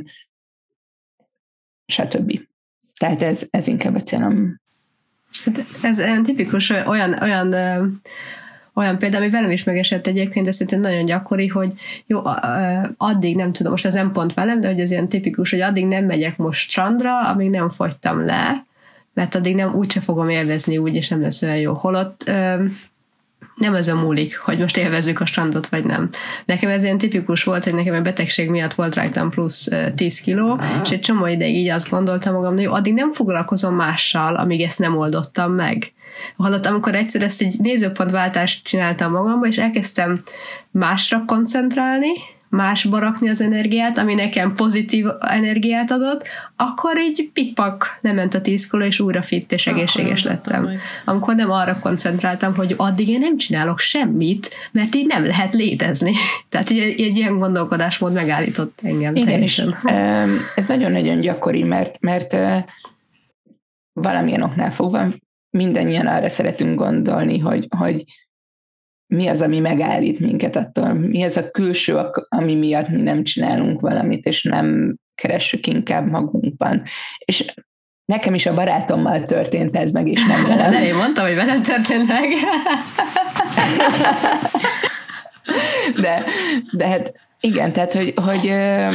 stb. Tehát ez, ez inkább a célom. Ez olyan tipikus, olyan, olyan, olyan példa, ami velem is megesett egyébként, de szerintem nagyon gyakori, hogy jó, addig nem tudom, most ez nem pont velem, de hogy ez ilyen tipikus, hogy addig nem megyek most strandra, amíg nem fogytam le, mert addig nem úgyse fogom élvezni úgy, és nem lesz olyan jó. Holott nem azon múlik, hogy most élvezzük a strandot, vagy nem. Nekem ez ilyen tipikus volt, hogy nekem a betegség miatt volt rajtam plusz tíz kiló, és egy csomó ideig így azt gondoltam magam, hogy jó, addig nem foglalkozom mással, amíg ezt nem oldottam meg. Holott amikor egyszer ezt egy nézőpontváltást csináltam magamba, és elkezdtem másra koncentrálni, másba rakni az energiát, ami nekem pozitív energiát adott, akkor így pikpak lement a tíz kiló, és újra fit és egészséges lettem. Amikor nem arra koncentráltam, hogy addig én nem csinálok semmit, mert így nem lehet létezni. Tehát egy, egy ilyen gondolkodásmód megállított engem. Igen, és ez nagyon-nagyon gyakori, mert, mert valamilyen oknál fogva mindannyian arra szeretünk gondolni, hogy, hogy mi az, ami megállít minket attól, mi az a külső, ami miatt mi nem csinálunk valamit, és nem keressük inkább magunkban. És Nekem is a barátommal történt ez meg, és nem velem. De én mondtam, hogy velem történt meg. De, de hát igen, tehát, hogy, hogy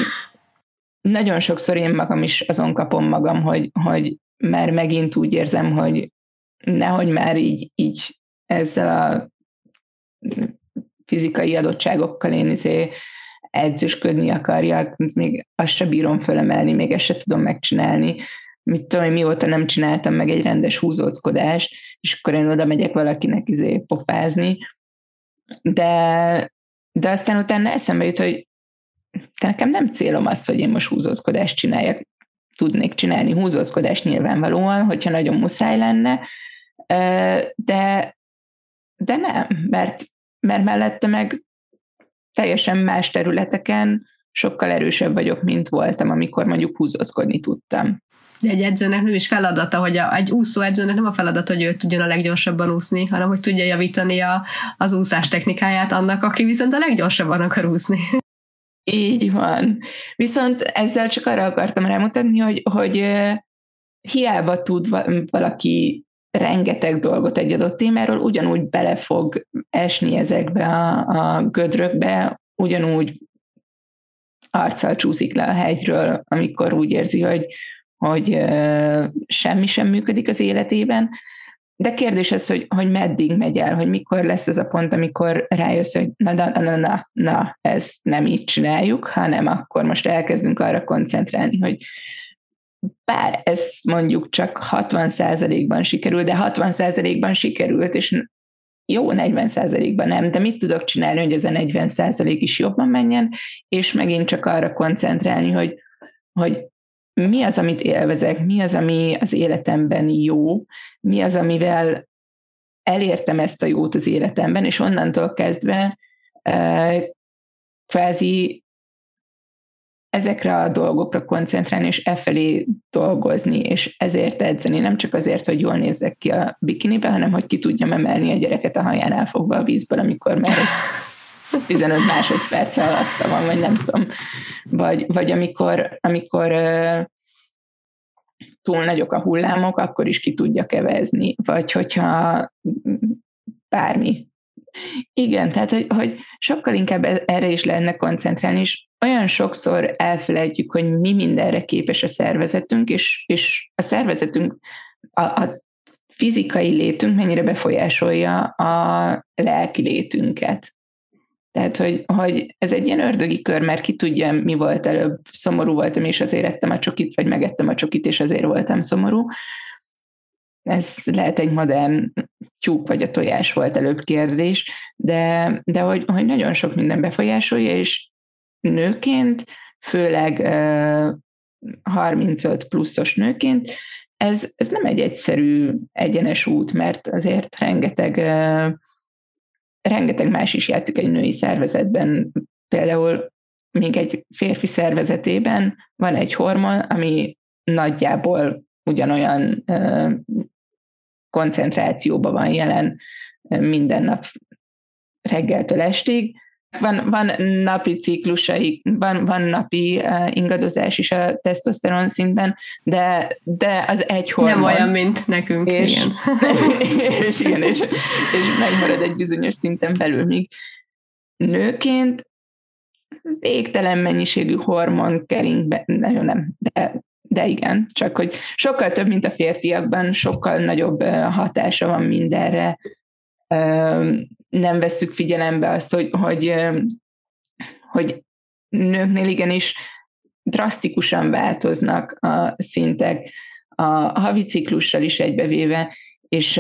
nagyon sokszor én magam is azon kapom magam, hogy, hogy már megint úgy érzem, hogy nehogy már így, így ezzel a fizikai adottságokkal én izé edzősködni akarjak, még azt se bírom fölemelni, még ezt se tudom megcsinálni. Mit tudom, hogy mióta nem csináltam meg egy rendes húzóckodást, és akkor én oda megyek valakinek izé pofázni. De, de aztán utána eszembe jut, hogy de nekem nem célom az, hogy én most húzózkodást csináljak. Tudnék csinálni húzózkodást nyilvánvalóan, hogyha nagyon muszáj lenne, de, de nem, mert, mert mellette meg teljesen más területeken sokkal erősebb vagyok, mint voltam, amikor mondjuk húzózkodni tudtam. De egy edzőnek nem is feladata, hogy a, egy úszó edzőnek nem a feladata, hogy ő tudjon a leggyorsabban úszni, hanem hogy tudja javítani a, az úszás technikáját annak, aki viszont a leggyorsabban akar úszni. Így van. Viszont ezzel csak arra akartam rámutatni, hogy, hogy hiába tud valaki rengeteg dolgot egy adott témáról, ugyanúgy bele fog esni ezekbe a, a gödrökbe, ugyanúgy arccal csúszik le a hegyről, amikor úgy érzi, hogy, hogy semmi sem működik az életében. De kérdés az, hogy, hogy meddig megy el, hogy mikor lesz ez a pont, amikor rájössz, hogy na, na, na, na, na, ezt nem így csináljuk, hanem akkor most elkezdünk arra koncentrálni, hogy bár ez mondjuk csak hatvan százalékban sikerül, de hatvan százalékban sikerült, és jó, negyven százalékban nem, de mit tudok csinálni, hogy ez a negyven százalék is jobban menjen, és megint csak arra koncentrálni, hogy, hogy mi az, amit élvezek, mi az, ami az életemben jó, mi az, amivel elértem ezt a jót az életemben, és onnantól kezdve eh, kvázi ezekre a dolgokra koncentrálni, és e felé dolgozni, és ezért edzeni, nem csak azért, hogy jól nézzek ki a bikinibe, hanem hogy ki tudjam emelni a gyereket a hajánál fogva a vízből, amikor már tizenöt másodperc alatta van, vagy nem tudom. Vagy, vagy amikor, amikor uh, túl nagyok a hullámok, akkor is ki tudja kevezni, vagy hogyha bármi. Igen, tehát, hogy, hogy sokkal inkább erre is lehetne koncentrálni, és olyan sokszor elfelejtjük, hogy mi mindenre képes a szervezetünk, és, és a szervezetünk, a, a fizikai létünk mennyire befolyásolja a lelki létünket. Tehát, hogy, hogy ez egy ilyen ördögi kör, mert ki tudja, mi volt előbb. Szomorú voltam, és azért ettem a csokit, vagy megettem a csokit, és azért voltam szomorú. Ez lehet egy modern tyúk vagy a tojás volt előbb kérdés, de, de hogy, hogy nagyon sok minden befolyásolja, és nőként, főleg uh, harmincöt pluszos nőként, ez, ez nem egy egyszerű egyenes út, mert azért rengeteg, uh, rengeteg más is játszik egy női szervezetben. Például még egy férfi szervezetében van egy hormon, ami nagyjából ugyanolyan uh, koncentrációban van jelen minden nap reggeltől estig. Van, van napi ciklusai, van, van napi uh, ingadozás is a tesztoszteron szintben, de, de az egy hormon. Nem olyan, mint nekünk, és, igen. és igen, és, és megmarad egy bizonyos szinten belül, míg nőként végtelen mennyiségű hormon kering be, nagyon nem, de De igen, csak hogy sokkal több, mint a férfiakban, sokkal nagyobb hatása van mindenre. Nem vesszük figyelembe azt, hogy, hogy, hogy nőknél igenis drasztikusan változnak a szintek, a havi ciklussal is egybevéve, és,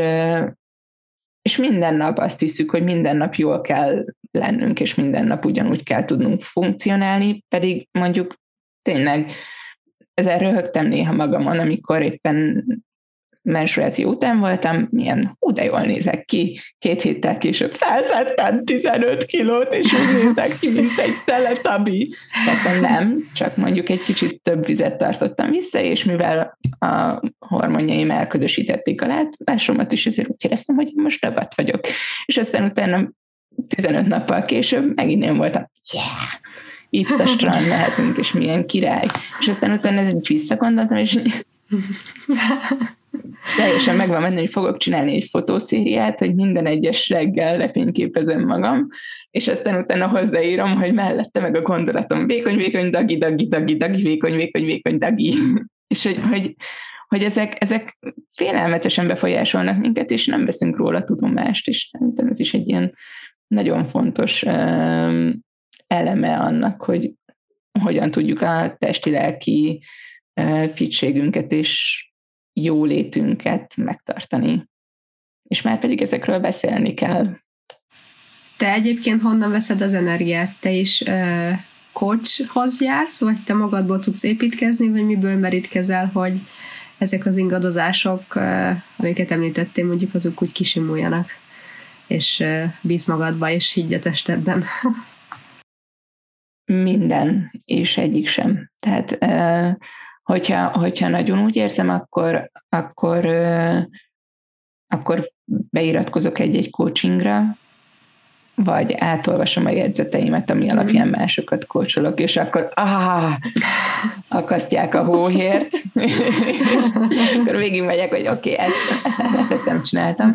és minden nap azt hiszük, hogy minden nap jól kell lennünk, és minden nap ugyanúgy kell tudnunk funkcionálni, pedig mondjuk tényleg ezzel röhögtem néha magamon, amikor éppen menstruáció után voltam, milyen hú, de jól nézek ki. Két héttel később felszedtem tizenöt kilót, és úgy nézek ki, mint egy teletabi. Persze nem, csak mondjuk egy kicsit több vizet tartottam vissza, és mivel a hormonjaim elködösítették a látásomat, és ezért úgy éreztem, hogy most ragadt vagyok. És aztán utána tizenöt nappal később megint én voltam, yeah! Itt a strand lehetünk, és milyen király. És aztán utána ezt visszagondoltam, és Teljesen megvan menni, hogy fogok csinálni egy fotószériát, hogy minden egyes reggel lefényképezem magam, és aztán utána hozzáírom, hogy mellette meg a gondolatom vékony, vékony, dagi, dagi, dagi, dagi, vékony, vékony, vékony, dagi. És hogy, hogy, hogy ezek, ezek félelmetesen befolyásolnak minket, és nem veszünk róla tudomást, és szerintem ez is egy ilyen nagyon fontos um, eleme annak, hogy hogyan tudjuk a testi-lelki uh, fittségünket és jólétünket megtartani. És már pedig ezekről beszélni kell. Te egyébként honnan veszed az energiát? Te is uh, coachhoz jársz, vagy te magadból tudsz építkezni, vagy miből merítkezel, hogy ezek az ingadozások, uh, amiket említettél, mondjuk azok úgy kisimuljanak, és uh, bíz magadba, és higgy a testedben. Minden, és egyik sem. Tehát uh, Hogyha, hogyha nagyon úgy érzem, akkor, akkor, akkor beiratkozok egy-egy coachingra, vagy átolvasom a jegyzeteimet, ami alapján másokat coacholok, és akkor ah, akasztják a hóhért, és akkor végig megyek, hogy oké, okay, ezt, ezt nem csináltam.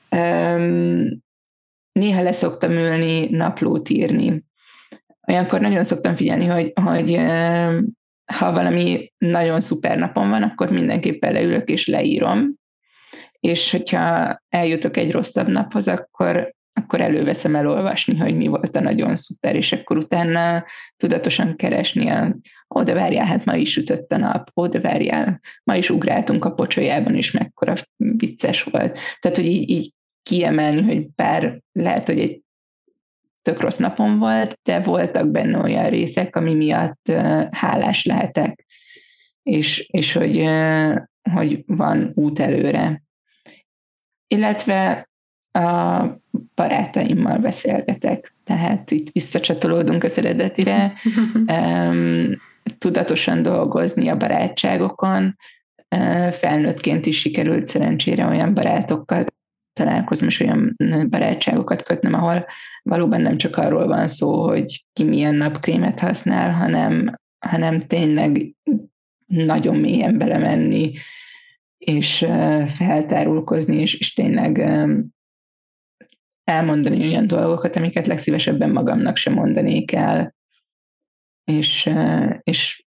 Néha leszoktam ülni, naplót írni. Olyankor nagyon szoktam figyelni, hogy, hogy ha valami nagyon szuper napom van, akkor mindenképpen leülök és leírom, és hogyha eljutok egy rosszabb naphoz, akkor, akkor előveszem elolvasni, hogy mi volt a nagyon szuper, és akkor utána tudatosan keresni a ó, de várjál, hát ma is sütött a nap, ó, de várjál, ma is ugráltunk a pocsolyában, és mekkora vicces volt. Tehát, hogy így, így kiemelni, hogy bár lehet, hogy egy tök rossz napom volt, de voltak benne olyan részek, ami miatt uh, hálás lehetek, és, és hogy, uh, hogy van út előre. Illetve a barátaimmal beszélgetek, tehát itt visszacsatolódunk az eredetire, um, tudatosan dolgozni a barátságokon, uh, felnőttként is sikerült szerencsére olyan barátokkal találkozom, és olyan barátságokat kötnem, ahol valóban nem csak arról van szó, hogy ki milyen napkrémet használ, hanem, hanem tényleg nagyon mélyen belemenni, és feltárulkozni, és, és tényleg elmondani olyan dolgokat, amiket legszívesebben magamnak sem mondanék el, és, és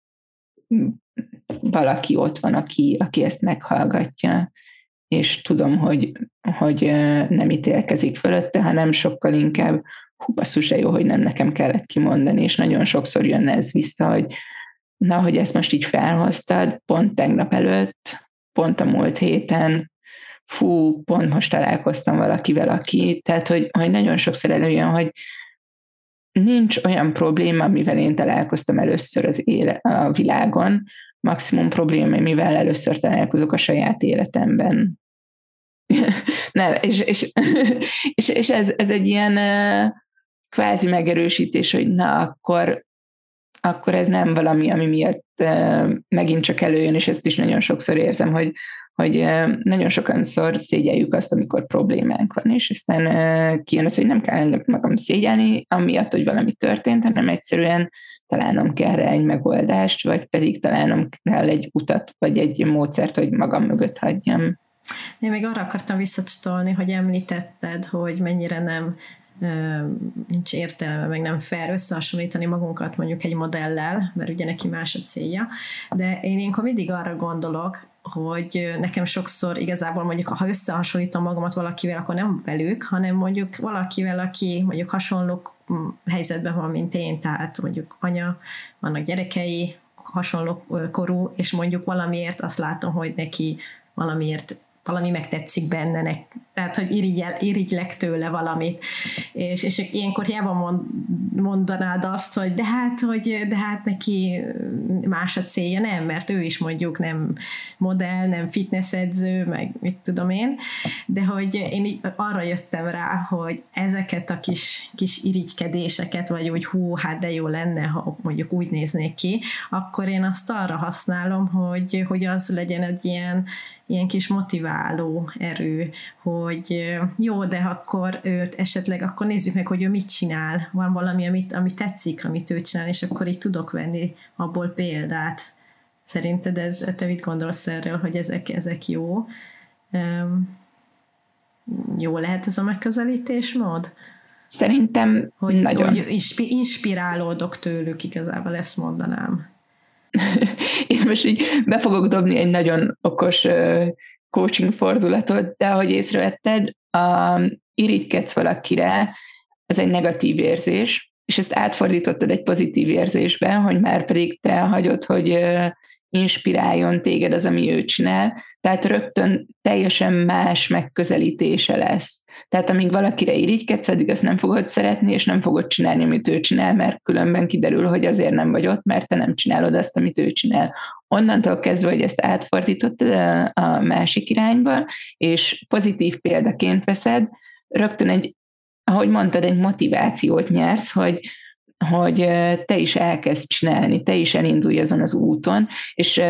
valaki ott van, aki, aki ezt meghallgatja, és tudom, hogy, hogy nem ítélkezik fölötte, hanem sokkal inkább hú, basszus, de jó, hogy nem nekem kellett kimondani, és nagyon sokszor jönne ez vissza, hogy na, hogy ezt most így felhoztad, pont tegnap előtt, pont a múlt héten, fú, pont most találkoztam valakivel, aki, tehát, hogy, hogy nagyon sokszor előjön, hogy nincs olyan probléma, amivel én találkoztam először az éle, a világon, maximum probléma, amivel először találkozok a saját életemben. Nem, és, és, és, és ez, ez egy ilyen uh, kvázi megerősítés, hogy na, akkor, akkor ez nem valami, ami miatt uh, megint csak előjön, és ezt is nagyon sokszor érzem, hogy, hogy uh, nagyon sokanszor szégyeljük azt, amikor problémánk van, és aztán uh, kijön az, hogy nem kell engem magam szégyelni, amiatt, hogy valami történt, hanem egyszerűen találnom kell rá egy megoldást, vagy pedig találnom kell egy utat, vagy egy módszert, hogy magam mögött hagyjam. Én még arra akartam visszacsatolni, hogy említetted, hogy mennyire nem nincs értelme, meg nem fair összehasonlítani magunkat mondjuk egy modellel, mert ugye neki más a célja, de én ilyenkor mindig arra gondolok, hogy nekem sokszor igazából mondjuk, ha összehasonlítom magamat valakivel, akkor nem velük, hanem mondjuk valakivel, aki mondjuk hasonló helyzetben van, mint én, tehát mondjuk anya, vannak gyerekei, hasonló korú, és mondjuk valamiért azt látom, hogy neki valamiért valami megtetszik benne, tehát, hogy irigyel, irigylek tőle valamit, és, és ilyenkor hiába mond, mondanád azt, hogy de hát, hogy de hát neki más a célja, nem, mert ő is mondjuk nem modell, nem fitnessedző, meg mit tudom én, de hogy én így arra jöttem rá, hogy ezeket a kis, kis irigykedéseket, vagy úgy hú, hát de jó lenne, ha mondjuk úgy néznék ki, akkor én azt arra használom, hogy, hogy az legyen egy ilyen ilyen kis motiváló erő, hogy jó, de akkor őt esetleg, akkor nézzük meg, hogy ő mit csinál. Van valami, amit, ami tetszik, amit ő csinál, és akkor így tudok venni abból példát. Szerinted ez, te mit gondolsz erről, hogy ezek, ezek jó? Jó lehet ez a megközelítésmód? Szerintem hogy, nagyon. Hogy inspirálódok tőlük, igazából ezt mondanám. Én most így be fogok dobni egy nagyon okos coaching fordulatot, de ahogy észrevetted, a irigykedsz valakire, ez egy negatív érzés, és ezt átfordítottad egy pozitív érzésbe, hogy már pedig te hagyod, hogy inspiráljon téged az, ami ő csinál, tehát rögtön teljesen más megközelítése lesz. Tehát amíg valakire irigykedsz, addig azt nem fogod szeretni, és nem fogod csinálni, amit ő csinál, mert különben kiderül, hogy azért nem vagy ott, mert te nem csinálod azt, amit ő csinál. Onnantól kezdve, hogy ezt átfordítottad a másik irányba, és pozitív példaként veszed, rögtön egy, ahogy mondtad, egy motivációt nyersz, hogy hogy te is elkezd csinálni, te is elindulj azon az úton, és,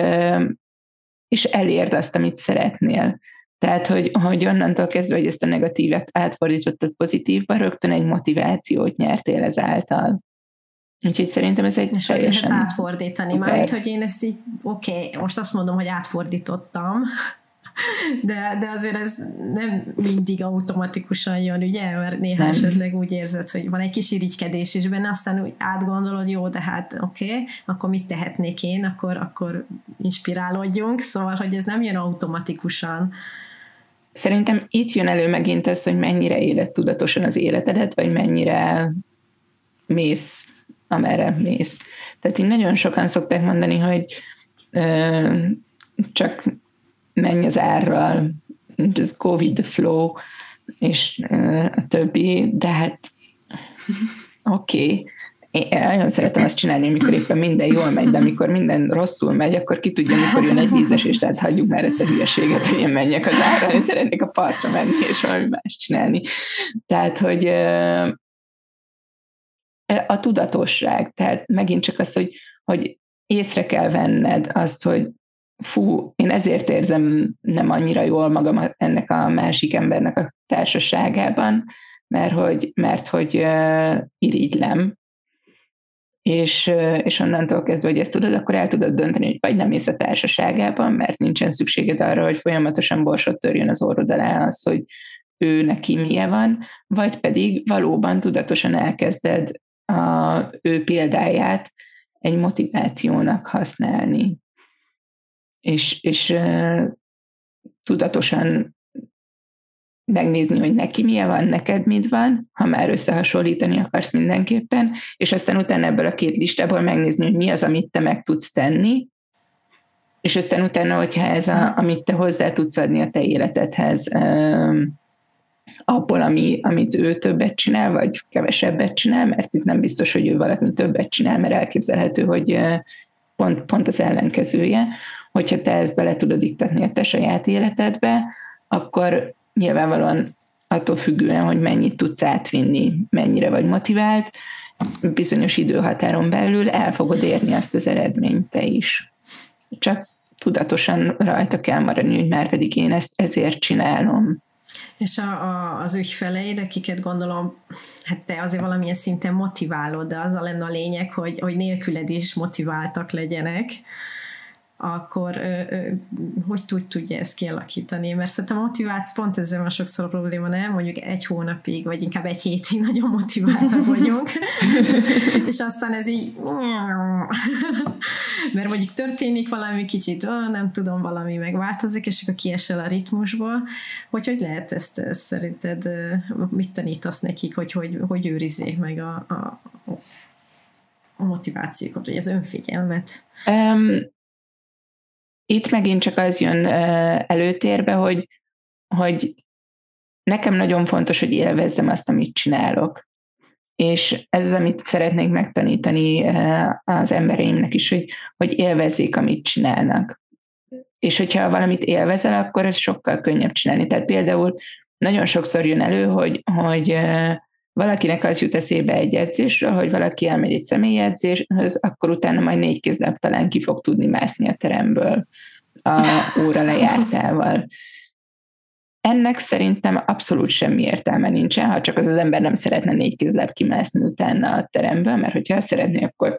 és elérd azt, amit szeretnél. Tehát, hogy, hogy onnantól kezdve, hogy ezt a negatívet átfordítottad pozitívba, rögtön egy motivációt nyertél ezáltal. Úgyhogy szerintem ez egy és teljesen... lehet átfordítani. Mármint, hogy én ezt így, oké, okay, most azt mondom, hogy átfordítottam, De, de azért ez nem mindig automatikusan jön, ugye? Mert néha nem. Esetleg úgy érzed, hogy van egy kis irigykedés is benne, aztán úgy átgondolod, jó, de hát oké, okay, akkor mit tehetnék én, akkor, akkor inspirálódjunk, szóval, hogy ez nem jön automatikusan. Szerintem itt jön elő megint az, hogy mennyire éled tudatosan az életedet, vagy mennyire mész, amerre mész. Tehát így nagyon sokan szokták mondani, hogy ö, csak menj az árral, just go with the flow, és uh, a többi, de hát oké, okay. Én nagyon szeretem azt csinálni, amikor éppen minden jól megy, de amikor minden rosszul megy, akkor ki tudja, mikor jön egy vízesés, tehát hagyjuk már ezt a hülyeséget, hogy én menjek az árral, én szeretnék a partra menni, és valami más csinálni. Tehát, hogy uh, a tudatosság, tehát megint csak az, hogy, hogy észre kell venned azt, hogy fú, én ezért érzem nem annyira jól magam ennek a másik embernek a társaságában, mert hogy, mert hogy uh, irigylem, és, uh, és onnantól kezdve, hogy ezt tudod, akkor el tudod dönteni, hogy vagy nem mész a társaságában, mert nincsen szükséged arra, hogy folyamatosan borsot törjön az orrod alá az, hogy ő neki milyen van, vagy pedig valóban tudatosan elkezded a, ő példáját egy motivációnak használni. és, és uh, tudatosan megnézni, hogy neki milyen van, neked mit van, ha már összehasonlítani akarsz mindenképpen, és aztán utána ebből a két listából megnézni, hogy mi az, amit te meg tudsz tenni, és aztán utána, hogyha ez, a, amit te hozzá tudsz adni a te életedhez, um, abból, ami, amit ő többet csinál, vagy kevesebbet csinál, mert itt nem biztos, hogy ő valaki többet csinál, mert elképzelhető, hogy uh, pont, pont az ellenkezője. Hogyha te ezt bele tudod iktatni a te saját életedbe, akkor nyilvánvalóan attól függően, hogy mennyit tudsz átvinni, mennyire vagy motivált, bizonyos időhatáron belül el fogod érni azt az eredményt te is. Csak tudatosan rajta kell maradni, hogy már pedig én ezt ezért csinálom. És a, a, az ügyfeleid, akiket gondolom, hát te azért valamilyen szinten motiválod, de az a lenne a lényeg, hogy, hogy nélküled is motiváltak legyenek, akkor ö, ö, hogy tud, tudja ezt kialakítani? Mert szerintem a motiváció, pont ezzel van sokszor a probléma, nem? Mondjuk egy hónapig, vagy inkább egy hétig nagyon motiváltak vagyunk, és aztán ez így mert mondjuk történik valami kicsit, ó, nem tudom, valami megváltozik, és akkor kiesel a ritmusból. Hogy hogy lehet ezt, ezt szerinted, mit tanítasz nekik, hogy hogy, hogy őrizzék meg a, a, a motivációkat, vagy az önfigyelmet? Um, Itt megint csak az jön előtérbe, hogy, hogy nekem nagyon fontos, hogy élvezzem azt, amit csinálok. És ez az, amit szeretnék megtanítani az embereimnek is, hogy, hogy élvezzék, amit csinálnak. És hogyha valamit élvezel, akkor ez sokkal könnyebb csinálni. Tehát például nagyon sokszor jön elő, hogy, hogy valakinek az jut eszébe egy edzésről, hogy valaki elmegy egy személyi edzéshez, akkor utána majd négy kézláb talán ki fog tudni mászni a teremből a óra lejártával. Ennek szerintem abszolút semmi értelme nincsen, ha csak az az ember nem szeretne négy kézláb kimászni utána a teremből, mert hogyha azt szeretné, akkor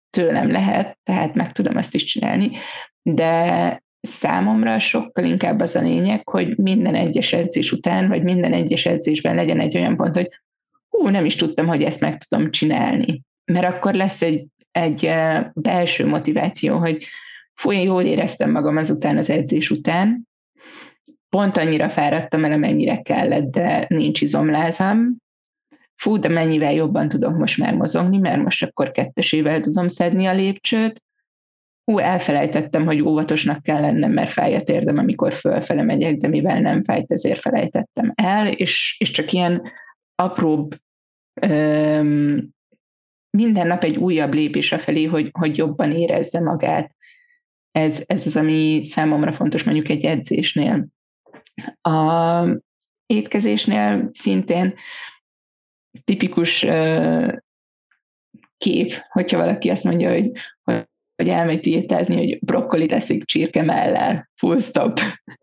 tőlem lehet, tehát meg tudom azt is csinálni, de számomra sokkal inkább az a lényeg, hogy minden egyes edzés után, vagy minden egyes edzésben legyen egy olyan pont, hogy hú, nem is tudtam, hogy ezt meg tudom csinálni. Mert akkor lesz egy, egy belső motiváció, hogy fú, én jól éreztem magam azután az edzés után, pont annyira fáradtam el, amennyire kellett, de nincs izomlázam. Fú, de mennyivel jobban tudok most már mozogni, mert most akkor kettesével tudom szedni a lépcsőt. Hú, elfelejtettem, hogy óvatosnak kell lennem, mert fáj a térdem, amikor fölfele megyek, de mivel nem fájt, ezért felejtettem el, és, és csak ilyen apróbb, öm, minden nap egy újabb lépés afelé, hogy, hogy jobban érezze magát. Ez, ez az, ami számomra fontos mondjuk egy edzésnél. A étkezésnél szintén tipikus uh, kép, hogyha valaki azt mondja, hogy, hogy, hogy elmegy diétázni, hogy brokkolit eszik csirke mellel. Full stop.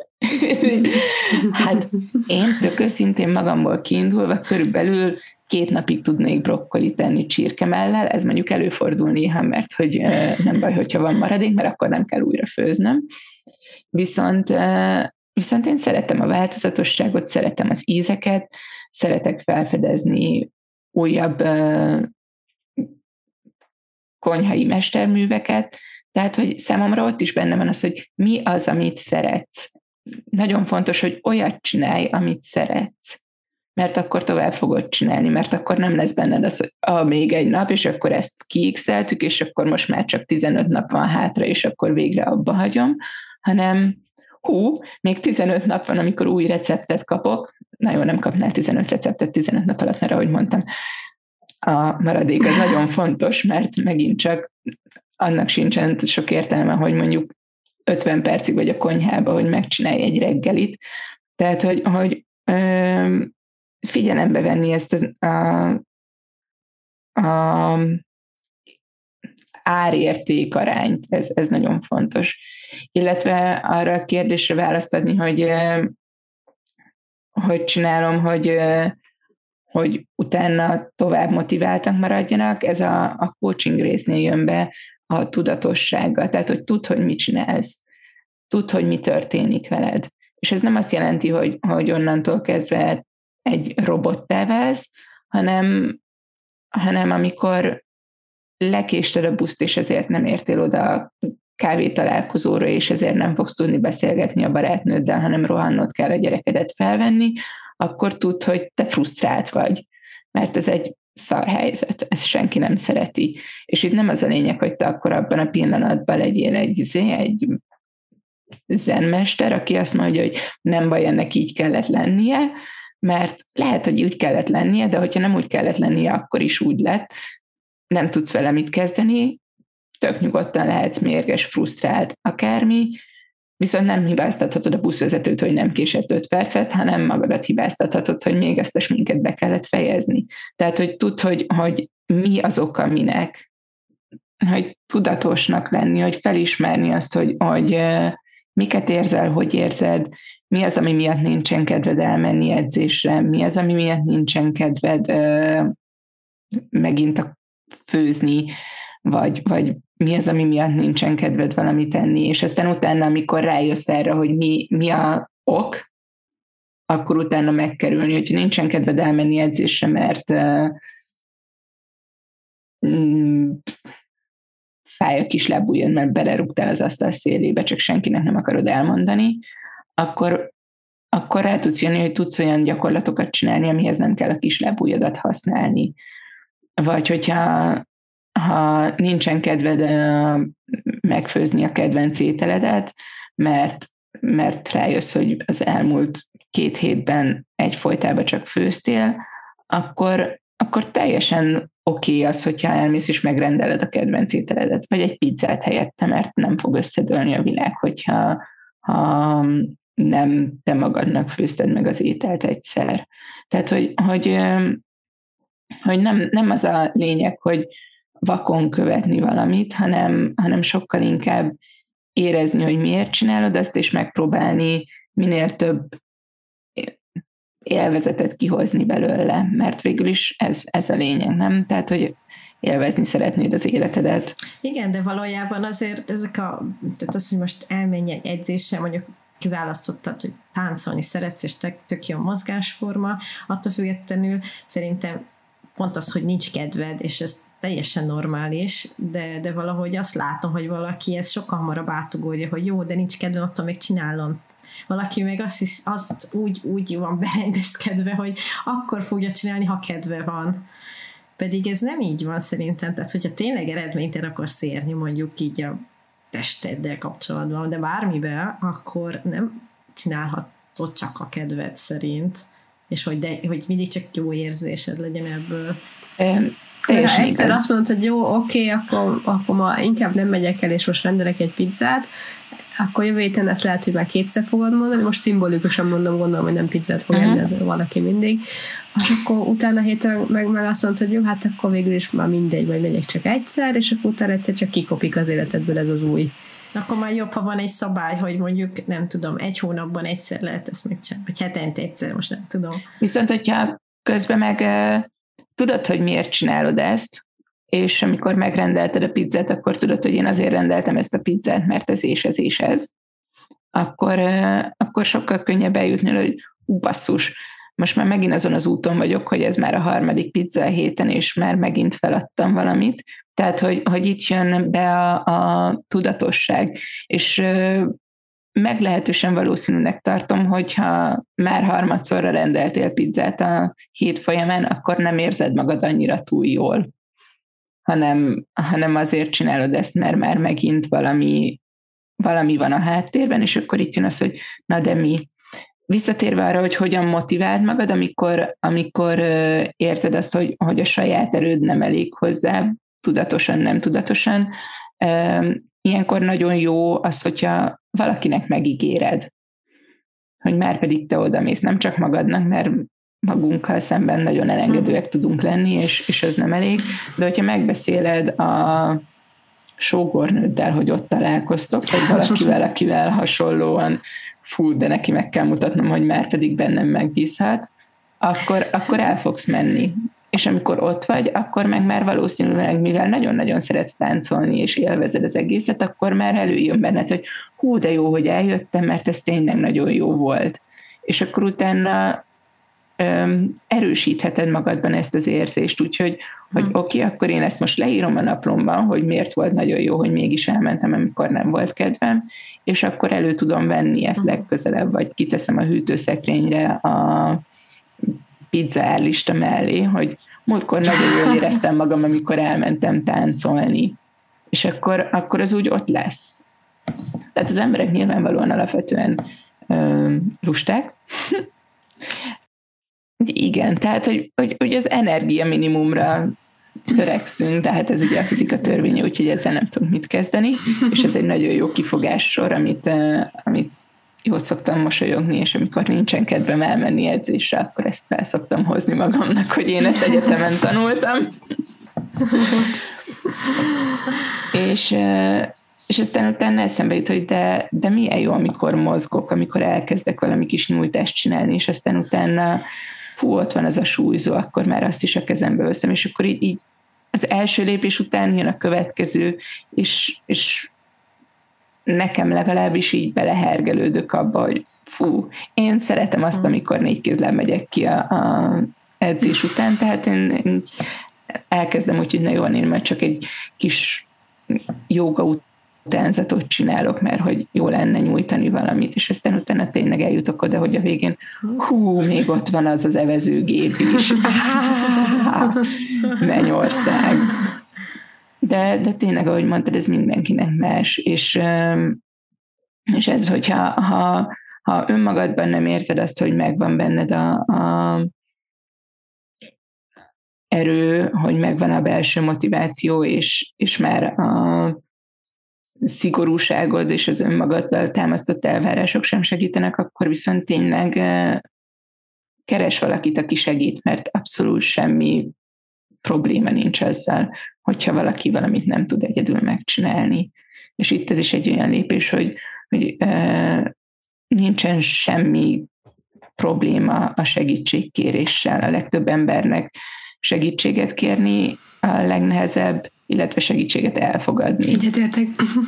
Hát én tök őszintén magamból kiindulva körülbelül két napig tudnék brokkolit enni csirke mellel, ez mondjuk előfordul néha, mert hogy uh, nem baj, hogyha van maradék, mert akkor nem kell újra főznöm. Viszont uh, Viszont én szeretem a változatosságot, szeretem az ízeket, szeretek felfedezni újabb uh, konyhai mesterműveket, tehát, hogy számomra ott is benne van az, hogy mi az, amit szeretsz. Nagyon fontos, hogy olyat csinálj, amit szeretsz, mert akkor tovább fogod csinálni, mert akkor nem lesz benned az, hogy ah, még egy nap, és akkor ezt kiixeltük, és akkor most már csak tizenöt nap van hátra, és akkor végre abba hagyom, hanem hú, még tizenöt nap van, amikor új receptet kapok. Na jó, nem kapnál tizenöt receptet tizenöt nap alatt, mert ahogy mondtam, a maradék az nagyon fontos, mert megint csak annak sincsen sok értelme, hogy mondjuk ötven percig vagy a konyhába, hogy megcsinálj egy reggelit. Tehát, hogy, hogy ö, figyelembe venni ezt a, a, a árérték arányt, ez, ez nagyon fontos. Illetve arra a kérdésre választ adni, hogy hogy csinálom, hogy, hogy utána tovább motiváltak maradjanak, ez a, a coaching résznél jön be a tudatossággal, tehát hogy tudd, hogy mit csinálsz, tudd, hogy mi történik veled. És ez nem azt jelenti, hogy, hogy onnantól kezdve egy robottá válsz, hanem, hanem amikor lekésted a buszt, és ezért nem értél oda a kávé találkozóra, és ezért nem fogsz tudni beszélgetni a barátnőddel, hanem rohannod kell a gyerekedet felvenni, akkor tudd, hogy te frusztrált vagy. Mert ez egy szar helyzet, ezt senki nem szereti. És itt nem az a lényeg, hogy te akkor abban a pillanatban legyél egy, egy zenmester, aki azt mondja, hogy nem baj, ennek így kellett lennie, mert lehet, hogy úgy kellett lennie, de hogyha nem úgy kellett lennie, akkor is úgy lett, nem tudsz vele mit kezdeni, tök nyugodtan lehetsz mérges, frusztrált, akármi, viszont nem hibáztathatod a buszvezetőt, hogy nem késett öt percet, hanem magadat hibáztathatod, hogy még ezt a sminket be kellett fejezni. Tehát, hogy tudd, hogy, hogy mi az oka minek, hogy tudatosnak lenni, hogy felismerni azt, hogy, hogy miket érzel, hogy érzed, mi az, ami miatt nincsen kedved elmenni edzésre, mi az, ami miatt nincsen kedved megint a főzni, vagy, vagy mi az, ami miatt nincsen kedved valamit tenni, és aztán utána, amikor rájössz erre, hogy mi, mi a ok, akkor utána megkerülni, hogyha nincsen kedved elmenni edzésre, mert uh, mm, fáj a kis lábujjad, mert belerúgtál az asztal szélébe, csak senkinek nem akarod elmondani, akkor, akkor rá tudsz jönni, hogy tudsz olyan gyakorlatokat csinálni, amihez nem kell a kis lábujjadat használni. Vagy hogyha ha nincsen kedved uh, megfőzni a kedvenc ételedet, mert, mert rájössz, hogy az elmúlt két hétben egyfolytában csak főztél, akkor, akkor teljesen oké okay az, hogyha elmész és megrendeled a kedvenc ételedet, vagy egy pizzát helyette, mert nem fog összedőlni a világ, hogyha ha nem te magadnak főzted meg az ételt egyszer. Tehát, hogy, hogy, hogy nem, nem az a lényeg, hogy vakon követni valamit, hanem, hanem sokkal inkább érezni, hogy miért csinálod azt, és megpróbálni minél több élvezetet kihozni belőle, mert végül is ez, ez a lényeg, nem? Tehát, hogy élvezni szeretnéd az életedet. Igen, de valójában azért ezek a, tehát az, hogy most elmenj egy edzésre, mondjuk kiválasztottad, hogy táncolni szeretsz, és tök, tök jó mozgásforma, attól függetlenül szerintem pont az, hogy nincs kedved, és ez teljesen normális, de, de valahogy azt látom, hogy valaki ezt sokkal hamarabb átugorja, hogy jó, de nincs kedve, attól még csinálom. Valaki meg azt, hisz, azt úgy, úgy van berendezkedve, hogy akkor fogja csinálni, ha kedve van. Pedig ez nem így van szerintem. Tehát, hogyha tényleg eredményt el akarsz érni, mondjuk így a testeddel kapcsolatban, de bármiben, akkor nem csinálhatod csak a kedved szerint. És hogy, de, hogy mindig csak jó érzésed legyen ebből. Mert ha egyszer azt mondod, hogy jó, oké, akkor, akkor ma inkább nem megyek el, és most rendelek egy pizzát, akkor jövő héten ezt lehet, hogy már kétszer fogod mondani, most szimbolikusan mondom, gondolom, hogy nem pizzát fog enni uh-huh. ez valaki mindig. És akkor utána héten meg, meg azt mondod, hogy jó, hát akkor végül is már mindegy, vagy megyek csak egyszer, és akkor utána egyszer csak kikopik az életedből ez az új. Akkor már jobb, ha van egy szabály, hogy mondjuk, nem tudom, egy hónapban egyszer lehet ezt megcsinálni, vagy hetente egyszer, most nem tudom. Viszont, hogyha közben meg uh, tudod, hogy miért csinálod ezt, és amikor megrendelted a pizzát, akkor tudod, hogy én azért rendeltem ezt a pizzát, mert ez és ez és ez, akkor, uh, akkor sokkal könnyebb eljutni, hogy ú, basszus, most már megint azon az úton vagyok, hogy ez már a harmadik pizza a héten, és már megint feladtam valamit. Tehát, hogy, hogy itt jön be a, a tudatosság, és uh, meglehetősen valószínűnek tartom, hogyha már harmadszorra rendeltél pizzát a hét folyamán, akkor nem érzed magad annyira túl jól, hanem, hanem azért csinálod ezt, mert már megint valami, valami van a háttérben, és akkor itt jön az, hogy na de mi? Visszatérve arra, hogy hogyan motiváld magad, amikor, amikor uh, érzed azt, hogy, hogy a saját erőd nem elég hozzá, tudatosan, nem tudatosan, uh, ilyenkor nagyon jó az, hogyha valakinek megígéred, hogy már pedig te odamész, nem csak magadnak, mert magunkkal szemben nagyon elengedőek tudunk lenni, és, és ez nem elég, de hogyha megbeszéled a sógornőddel, hogy ott találkoztok, vagy valakivel, akivel hasonlóan fú, de neki meg kell mutatnom, hogy már pedig bennem megbízhat, akkor, akkor el fogsz menni. És amikor ott vagy, akkor meg már valószínűleg, mivel nagyon-nagyon szeretsz táncolni, és élvezed az egészet, akkor már előjön benned, hogy hú, de jó, hogy eljöttem, mert ez tényleg nagyon jó volt. És akkor utána öm, erősítheted magadban ezt az érzést, úgyhogy hogy oké, okay, akkor én ezt most leírom a naplomban, hogy miért volt nagyon jó, hogy mégis elmentem, amikor nem volt kedvem, és akkor elő tudom venni ezt legközelebb, vagy kiteszem a hűtőszekrényre a pizza árlista mellé, hogy múltkor nagyon jól éreztem magam, amikor elmentem táncolni, és akkor, akkor az úgy ott lesz. Tehát az emberek nyilvánvalóan alapvetően ö, lusták. Igen, tehát, hogy, hogy, hogy az energia minimumra törekszünk, de hát ez ugye a fizika törvénye, úgyhogy ezzel nem tudunk mit kezdeni, és ez egy nagyon jó kifogás sor, amit, amit jót szoktam mosolyogni, és amikor nincsen kedvem elmenni edzésre, akkor ezt fel szoktam hozni magamnak, hogy én ezt egyetemen tanultam. és, és aztán utána eszembe jut, hogy de, de milyen jó, amikor mozgok, amikor elkezdek valami kis nyújtást csinálni, és aztán utána fú, ott van az a súlyzó, akkor már azt is a kezembe veszem, és akkor így, így az első lépés után jön a következő, és, és nekem legalábbis így belehergelődök abba, hogy fú, én szeretem azt, amikor négy kézláb megyek ki a, a edzés után, tehát én, én elkezdem úgy, hogy na jó, én majd csak egy kis jóga utánzatot csinálok, mert hogy jó lenne nyújtani valamit, és aztán utána tényleg eljutok oda, hogy a végén hú, még ott van az az evezőgép is. Mennyország. De, de tényleg, ahogy mondtad, ez mindenkinek más, és, és ez, hogyha ha, ha önmagadban nem érzed azt, hogy megvan benned a, a erő, hogy megvan a belső motiváció, és, és már a szigorúságod és az önmagaddal támasztott elvárások sem segítenek, akkor viszont tényleg keres valakit, aki segít, mert abszolút semmi probléma nincs ezzel, hogyha valaki valamit nem tud egyedül megcsinálni. És itt ez is egy olyan lépés, hogy, hogy uh, nincsen semmi probléma a segítségkéréssel. A legtöbb embernek segítséget kérni a legnehezebb, illetve segítséget elfogadni. Egyetértek.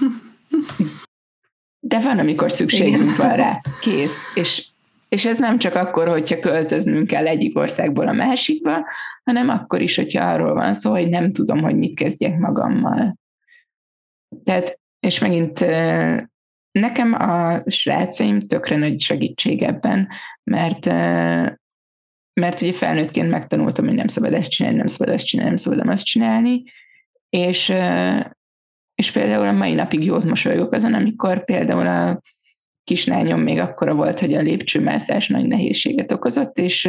De van, amikor szükségünk van rá. Kész. És, és ez nem csak akkor, hogyha költöznünk kell egyik országból a másikba, hanem akkor is, hogyha arról van szó, hogy nem tudom, hogy mit kezdjek magammal. Tehát, és megint nekem a srácaim tökre nagy segítség ebben, mert, mert ugye felnőttként megtanultam, hogy nem szabad ezt csinálni, nem szabad ezt csinálni, nem szabad azt csinálni, és, és például a mai napig jót mosolygok azon, amikor például a kislányom még akkora volt, hogy a lépcsőmászás nagy nehézséget okozott, és,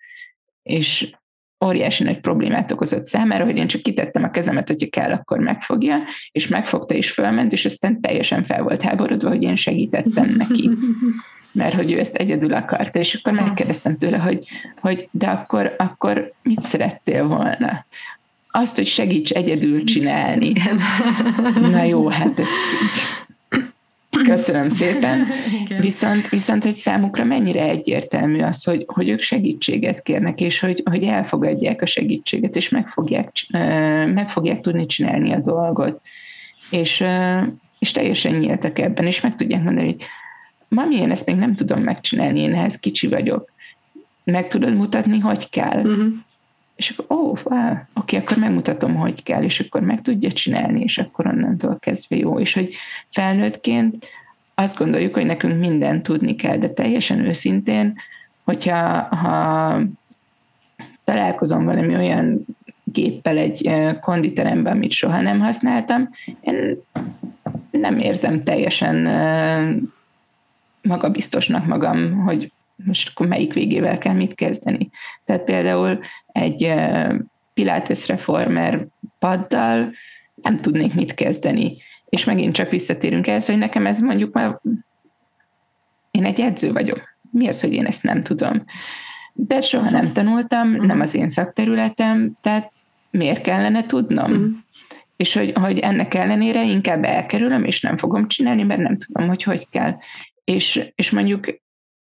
és óriási nagy problémát okozott számára, hogy én csak kitettem a kezemet, hogyha kell, akkor megfogja, és megfogta, és fölment, és aztán teljesen fel volt háborodva, hogy én segítettem neki, mert hogy ő ezt egyedül akarta, és akkor megkérdeztem tőle, hogy, hogy de akkor, akkor mit szerettél volna? Azt, hogy segíts egyedül csinálni. Igen. Na jó, hát ezt köszönöm szépen. Viszont, viszont, hogy számukra mennyire egyértelmű az, hogy, hogy ők segítséget kérnek, és hogy, hogy elfogadják a segítséget, és meg fogják, meg fogják tudni csinálni a dolgot. És, és teljesen nyíltak ebben, és meg tudják mondani, hogy mami, én ezt még nem tudom megcsinálni, én ehhez kicsi vagyok. Meg tudod mutatni, hogy kell? Uh-huh. És akkor, ó, wow, oké, akkor megmutatom, hogy kell, és akkor meg tudja csinálni, és akkor onnantól kezdve jó. És hogy felnőttként azt gondoljuk, hogy nekünk mindent tudni kell, de teljesen őszintén, hogyha ha találkozom valami olyan géppel egy konditeremben, amit soha nem használtam, én nem érzem teljesen magabiztosnak magam, hogy most akkor melyik végével kell mit kezdeni. Tehát például egy Pilates reformer paddal nem tudnék mit kezdeni. És megint csak visszatérünk ehhez, hogy nekem ez mondjuk már én egy edző vagyok. Mi az, hogy én ezt nem tudom? De soha nem tanultam, nem az én szakterületem, tehát miért kellene tudnom? Mm. És hogy, hogy ennek ellenére inkább elkerülöm, és nem fogom csinálni, mert nem tudom, hogy hogy kell. És, és mondjuk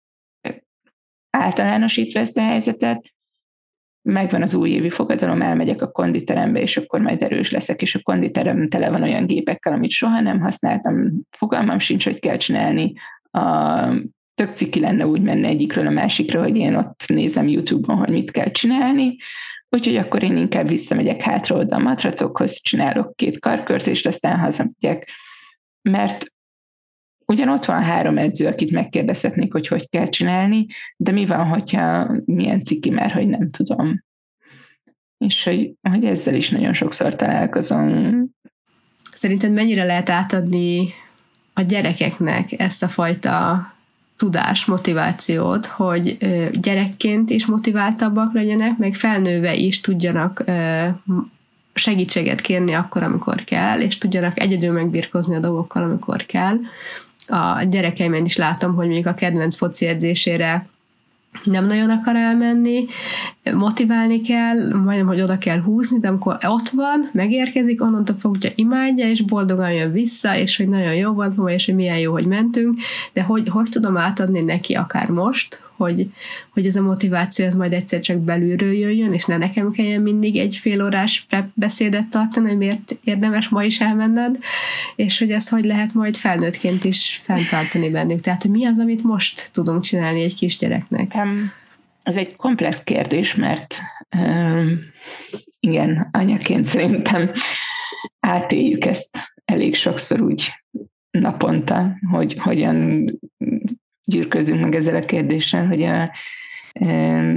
általánosítva ezt a helyzetet, megvan az újévi fogadalom, elmegyek a konditerembe, és akkor majd erős leszek, és a konditerem tele van olyan gépekkel, amit soha nem használtam, fogalmam sincs, hogy kell csinálni. A, tök ciki lenne úgy menni egyikről a másikra, hogy én ott nézem YouTube-on, hogy mit kell csinálni, úgyhogy akkor én inkább visszamegyek hátra oda a matracokhoz, csinálok két karkörzést, aztán hazamegyek, mert ugyan ott van három edző, akit megkérdezhetnék, hogy hogy kell csinálni, de mi van, hogyha milyen ciki már, hogy nem tudom. És hogy, hogy ezzel is nagyon sokszor találkozom. Szerinted mennyire lehet átadni a gyerekeknek ezt a fajta tudás, motivációt, hogy gyerekként is motiváltabbak legyenek, meg felnőve is tudjanak segítséget kérni akkor, amikor kell, és tudjanak egyedül megbirkózni a dolgokkal, amikor kell. A gyerekeimen is látom, hogy még a kedvenc foci edzésére nem nagyon akar elmenni, motiválni kell, majdnem, hogy oda kell húzni, de amikor ott van, megérkezik, onnantól fogja, imádja, és boldogan jön vissza, és hogy nagyon jó volt ma, és hogy milyen jó, hogy mentünk, de hogy, hogy tudom átadni neki akár most, hogy, hogy ez a motiváció ez majd egyszer csak belülről jöjjön, és ne nekem kelljen mindig egy fél órás prep beszédet tartani, hogy miért érdemes ma is elmenned, és hogy ez hogy lehet majd felnőttként is fenntartani bennük. Tehát, hogy mi az, amit most tudunk csinálni egy kisgyereknek? Um, ez egy komplex kérdés, mert um, igen, anyaként szerintem átéljük ezt elég sokszor úgy naponta, hogy hogyan gyűrközzünk meg ezzel a kérdéssel, hogy a e,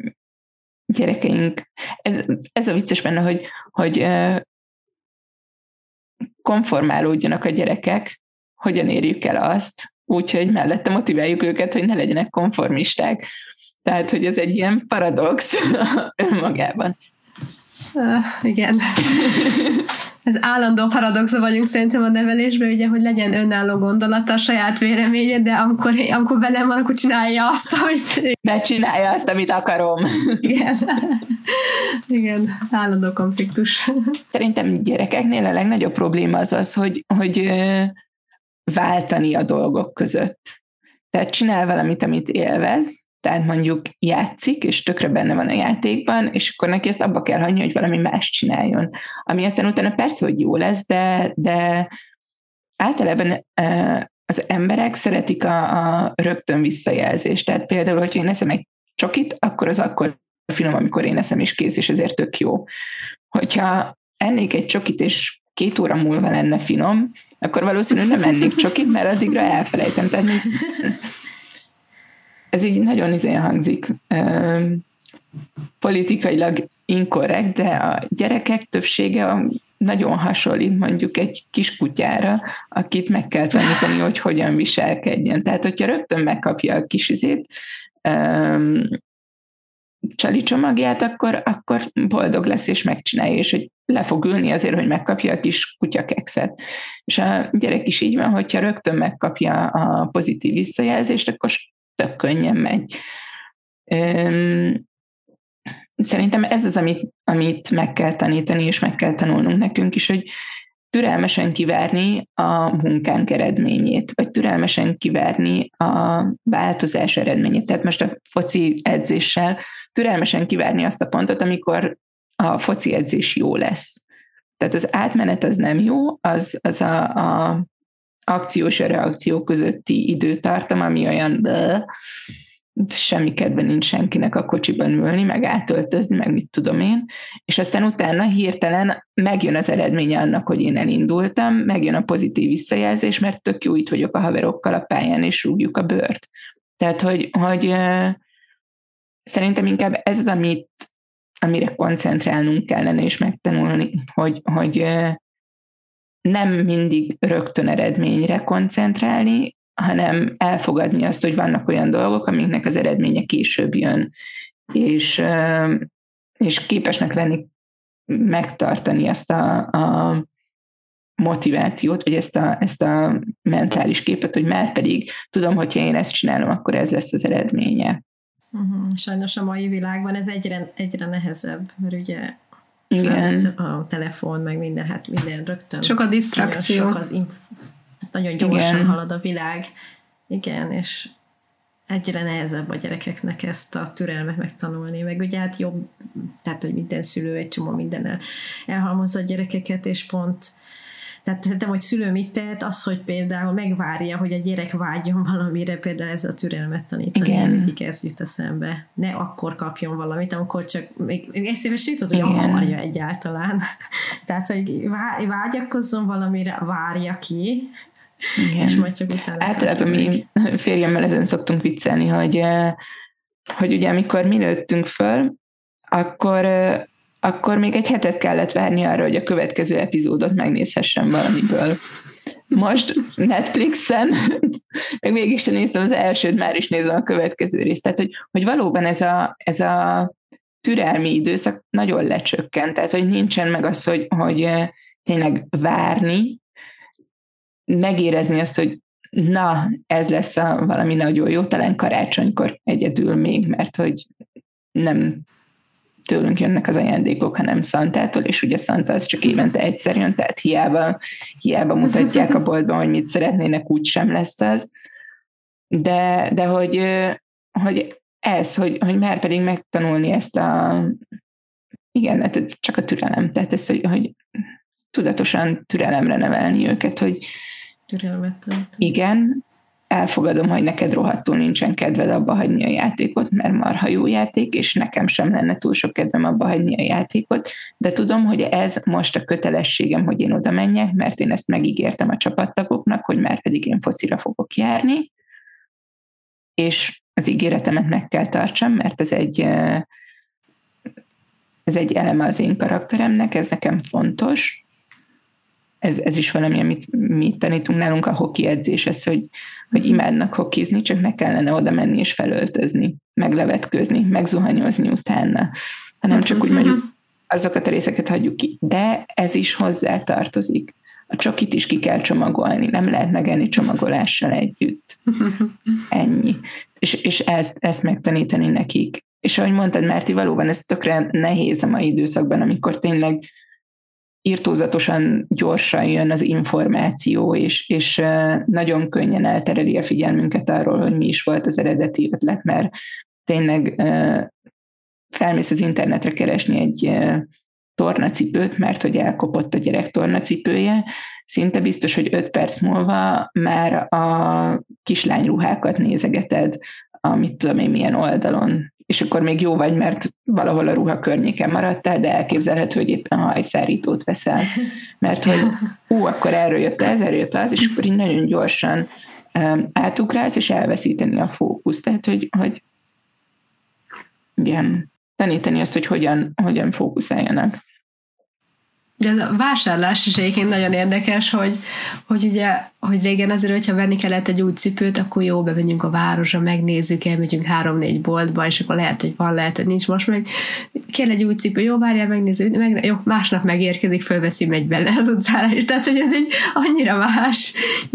gyerekeink, ez, ez a vicces benne, hogy, hogy e, konformálódjanak a gyerekek, hogyan érjük el azt, úgyhogy mellette motiváljuk őket, hogy ne legyenek konformisták. Tehát, hogy ez egy ilyen paradox önmagában. Uh, igen. Ez állandó paradoxa vagyunk szerintem a nevelésben, ugye, hogy legyen önálló gondolata, a saját véleménye, de amikor, amikor velem van, akkor csinálja azt, amit... De csinálja azt, amit akarom. Igen. Igen, állandó konfliktus. Szerintem gyerekeknél a legnagyobb probléma az az, hogy, hogy váltani a dolgok között. Tehát csinál valamit, amit élvez, Tehát mondjuk játszik, és tökre benne van a játékban, és akkor neki ezt abba kell hagyni, hogy valami más csináljon. Ami aztán utána persze, hogy jó lesz, de, de általában az emberek szeretik a, a rögtön visszajelzést. Tehát például, hogyha én eszem egy csokit, akkor az akkor finom, amikor én eszem is kész, és ezért tök jó. Hogyha ennék egy csokit, és két óra múlva lenne finom, akkor valószínűleg nem ennék csokit, mert addigra elfelejtem. Tehát ez így nagyon izén hangzik politikailag inkorrekt, de a gyerekek többsége nagyon hasonlít mondjuk egy kis kutyára, akit meg kell tanítani, hogy hogyan viselkedjen. Tehát, hogyha rögtön megkapja a kis izét, csali csomagját, akkor, akkor boldog lesz, és megcsinálja, és hogy le fog ülni azért, hogy megkapja a kis kutyakekszet. És a gyerek is így van, hogyha rögtön megkapja a pozitív visszajelzést, akkor tök könnyen megy. Szerintem ez az, amit, amit meg kell tanítani, és meg kell tanulnunk nekünk is, hogy türelmesen kivárni a munkánk eredményét, vagy türelmesen kivárni a változás eredményét. Tehát most a foci edzéssel türelmesen kivárni azt a pontot, amikor a foci edzés jó lesz. Tehát az átmenet az nem jó, az, az a, a akció és a reakció közötti időtartam, ami olyan bleh, semmi kedve nincs senkinek a kocsiban ülni, meg átöltözni, meg mit tudom én, és aztán utána hirtelen megjön az eredménye annak, hogy én elindultam, megjön a pozitív visszajelzés, mert tök jó, itt vagyok a haverokkal a pályán, és rúgjuk a bőrt. Tehát, hogy, hogy uh, szerintem inkább ez az, amit, amire koncentrálnunk kellene, és megtanulni, hogy, hogy uh, nem mindig rögtön eredményre koncentrálni, hanem elfogadni azt, hogy vannak olyan dolgok, amiknek az eredménye később jön, és, és képesnek lenni megtartani ezt a, a motivációt, vagy ezt a, ezt a mentális képet, hogy már pedig tudom, hogyha én ezt csinálom, akkor ez lesz az eredménye. Uh-huh. Sajnos a mai világban ez egyre, egyre nehezebb, mert ugye igen. A telefon, meg minden, hát minden rögtön. Sok a disztrakció. Sok az inf- nagyon gyorsan igen. halad a világ. Igen, és egyre nehezebb a gyerekeknek ezt a türelmet megtanulni, meg ugye hát jobb, tehát, hogy minden szülő egy csomó mindennel elhalmozza a gyerekeket, és pont tehát szerintem, hogy szülő mit tehet, az, hogy például megvárja, hogy a gyerek vágyjon valamire, például ez a türelmet tanítani, igen. Mindig ez jut eszembe. Ne akkor kapjon valamit, amikor csak még, még eszébe se jutott, hogy akarja egyáltalán. Tehát, hogy vágyakozzon valamire, várja ki, igen. És majd csak utána általában mi férjemmel ezen szoktunk viccelni, hogy, hogy ugye amikor mi nőttünk föl, akkor, akkor még egy hetet kellett várni arra, hogy a következő epizódot megnézhessen valamiből. Most Netflixen, meg mégis sem néztem az elsőt, már is nézem a következő részt. Tehát, hogy, hogy valóban ez a, ez a türelmi időszak nagyon lecsökkent, tehát, hogy nincsen meg az, hogy, hogy tényleg várni, megérezni azt, hogy na, ez lesz a valami nagyon jó, talán karácsonykor egyedül még, mert hogy nem tőlünk jönnek az ajándékok, hanem Szantától, és ugye Szanta az csak évente egyszer jön, tehát hiába, hiába mutatják a boltban, hogy mit szeretnének, úgy sem lesz az. De, de hogy, hogy ez, hogy, hogy már pedig megtanulni ezt a igen, hát csak a türelem, tehát ez, hogy, hogy tudatosan türelemre nevelni őket, hogy türelmet. Igen, elfogadom, hogy neked rohadtul nincsen kedved abba hagyni a játékot, mert marha jó játék, és nekem sem lenne túl sok kedvem abba hagyni a játékot, de tudom, hogy ez most a kötelességem, hogy én oda menjek, mert én ezt megígértem a csapattagoknak, hogy már pedig én focira fogok járni, és az ígéretemet meg kell tartsam, mert ez egy, ez egy eleme az én karakteremnek, ez nekem fontos. Ez, ez is valami, amit mi tanítunk nálunk a hoki edzés, ez, hogy, hogy imádnak hokizni, csak ne kellene oda menni és felöltözni, meglevetkőzni, megzuhanyozni utána, hanem csak úgy mondjuk azokat a részeket hagyjuk ki. De ez is hozzá tartozik. A csokit is ki kell csomagolni, nem lehet megenni csomagolással együtt. Ennyi. És, és ezt, ezt megtanítani nekik. És ahogy mondtad, Márti, valóban ez tökre nehéz a mai időszakban, amikor tényleg irtózatosan gyorsan jön az információ, és, és nagyon könnyen eltereli a figyelmünket arról, hogy mi is volt az eredeti ötlet, mert tényleg felmész az internetre keresni egy tornacipőt, mert hogy elkopott a gyerek tornacipője, szinte biztos, hogy öt perc múlva már a kislányruhákat nézegeted, amit tudom én milyen oldalon, és akkor még jó vagy, mert valahol a ruha környéken maradtál, de elképzelhető, hogy éppen hajszárítót veszel, mert hogy ú, akkor erről jött ez, erről jött az, és akkor így nagyon gyorsan um, átugrálsz, és elveszíteni a fókuszt. Tehát, hogy, hogy igen, tanítani azt, hogy hogyan, hogyan fókuszáljanak. De a vásárlás is egyébként nagyon érdekes, hogy, hogy ugye, hogy régen azért, hogyha venni kellett egy új cipőt, akkor jó, bemegyünk a városra, megnézzük, elmegyünk három-négy boltba, és akkor lehet, hogy van, lehet, hogy nincs. Most meg kell egy új cipő, jó, várjál, megnézzük, meg, jó, másnap megérkezik, fölveszi, megy bele az utcára, és tehát, hogy ez egy annyira más.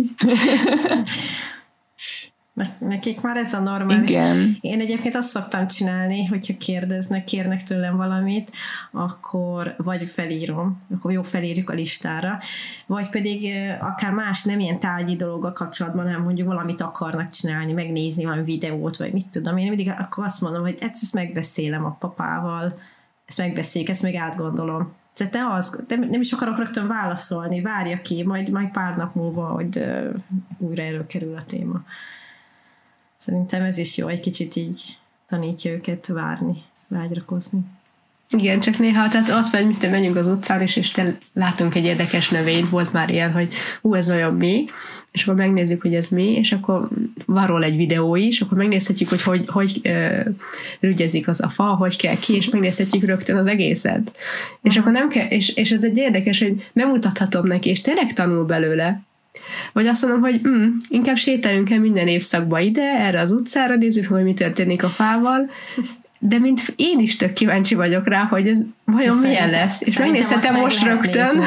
Nekik már ez a normális. Igen. Én egyébként azt szoktam csinálni, hogyha kérdeznek, kérnek tőlem valamit, akkor vagy felírom, akkor jó, felírjuk a listára, vagy pedig akár más, nem ilyen tárgyi dologgal kapcsolatban, hanem mondjuk valamit akarnak csinálni, megnézni valami videót, vagy mit tudom. Én mindig akkor azt mondom, hogy ezt megbeszélem a papával, ezt megbeszéljük, ezt még átgondolom. Tehát te az, de nem is akarok rögtön válaszolni, várja ki, majd, majd pár nap múlva, hogy újra előkerül a téma. Szerintem ez is jó, egy kicsit így tanítja őket várni, vágyrakozni. Igen, csak néha, tehát ott vagy, mit megyünk az utcán is, és te látunk egy érdekes növényt, volt már ilyen, hogy ú, ez vajon mi, és akkor megnézzük, hogy ez mi, és akkor van róla egy videó is, akkor megnézhetjük, hogy hogy, hogy ö, rügyezik az a fa, hogy kell ki, és megnézhetjük rögtön az egészet. Uh-huh. És akkor nem kell, és, és ez egy érdekes, hogy bemutathatom neki, és tényleg tanul belőle. Vagy azt mondom, hogy mm, inkább sétáljunk el minden évszakba ide, erre az utcára, nézzük, hogy mi történik a fával, de mint én is tök kíváncsi vagyok rá, hogy ez vajon milyen lesz. És megnézhetem most rögtön.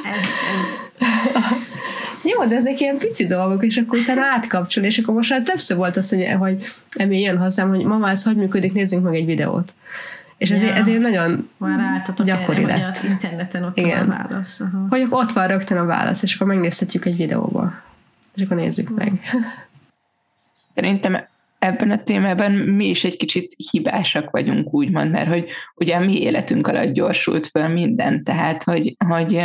Jó, de ezek ilyen pici dolgok, és akkor utána átkapcsol, és akkor most már többször volt az, hogy, hogy Emi jön hozzám, hogy mama, ez hogy működik, nézzünk meg egy videót. És ezért, ja. ezért nagyon gyakori erre, lett. Hogy az interneten ott igen. van a válasz. Aha. Hogy ott van rögtön a válasz, és akkor megnézhetjük egy videóba. És akkor nézzük meg. Szerintem ebben a témában mi is egy kicsit hibásak vagyunk, úgymond, mert hogy ugye a mi életünk alatt gyorsult fel minden, tehát hogy, hogy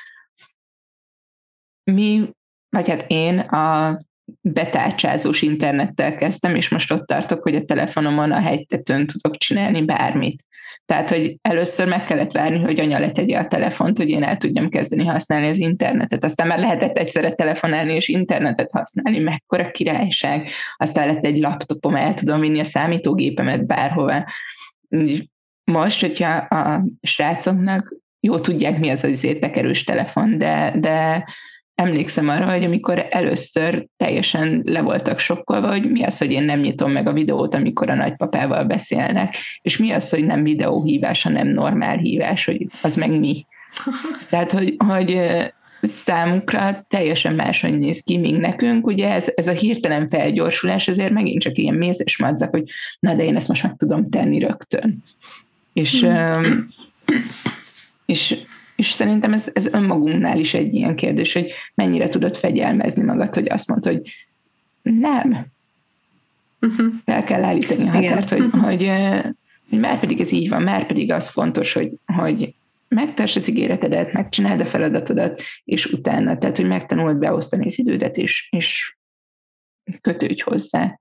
mi, vagy hát én a betárcsázós internettel kezdtem, és most ott tartok, hogy a telefonomon a hegytetőn tudok csinálni bármit. Tehát, hogy először meg kellett várni, hogy anya letegye a telefont, hogy én el tudjam kezdeni használni az internetet. Aztán már lehetett egyszerre telefonálni és internetet használni, mekkora királyság. Aztán lett egy laptopom, el tudom vinni a számítógépemet bárhova. Most, hogyha a srácoknak jó tudják, mi az az tekerős telefon, de, de emlékszem arra, hogy amikor először teljesen le voltak sokkolva, hogy mi az, hogy én nem nyitom meg a videót, amikor a nagypapával beszélnek, és mi az, hogy nem videóhívás, hanem normál hívás, hogy az meg mi. Tehát, hogy, hogy számukra teljesen máshogy néz ki, míg nekünk, ugye ez, ez a hirtelen felgyorsulás azért megint csak ilyen mézes madzak, hogy na, de én ezt most meg tudom tenni rögtön. És, mm. és És szerintem ez, ez önmagunknál is egy ilyen kérdés, hogy mennyire tudod fegyelmezni magad, hogy azt mondod, hogy nem. Uh-huh. Fel kell állítani a határt, hogy, uh-huh. hogy, hogy már pedig ez így van, már pedig az fontos, hogy, hogy megtartsd az ígéretedet, megcsináld a feladatodat, és utána, tehát, hogy megtanuld beosztani az idődet, és, és kötődj hozzá.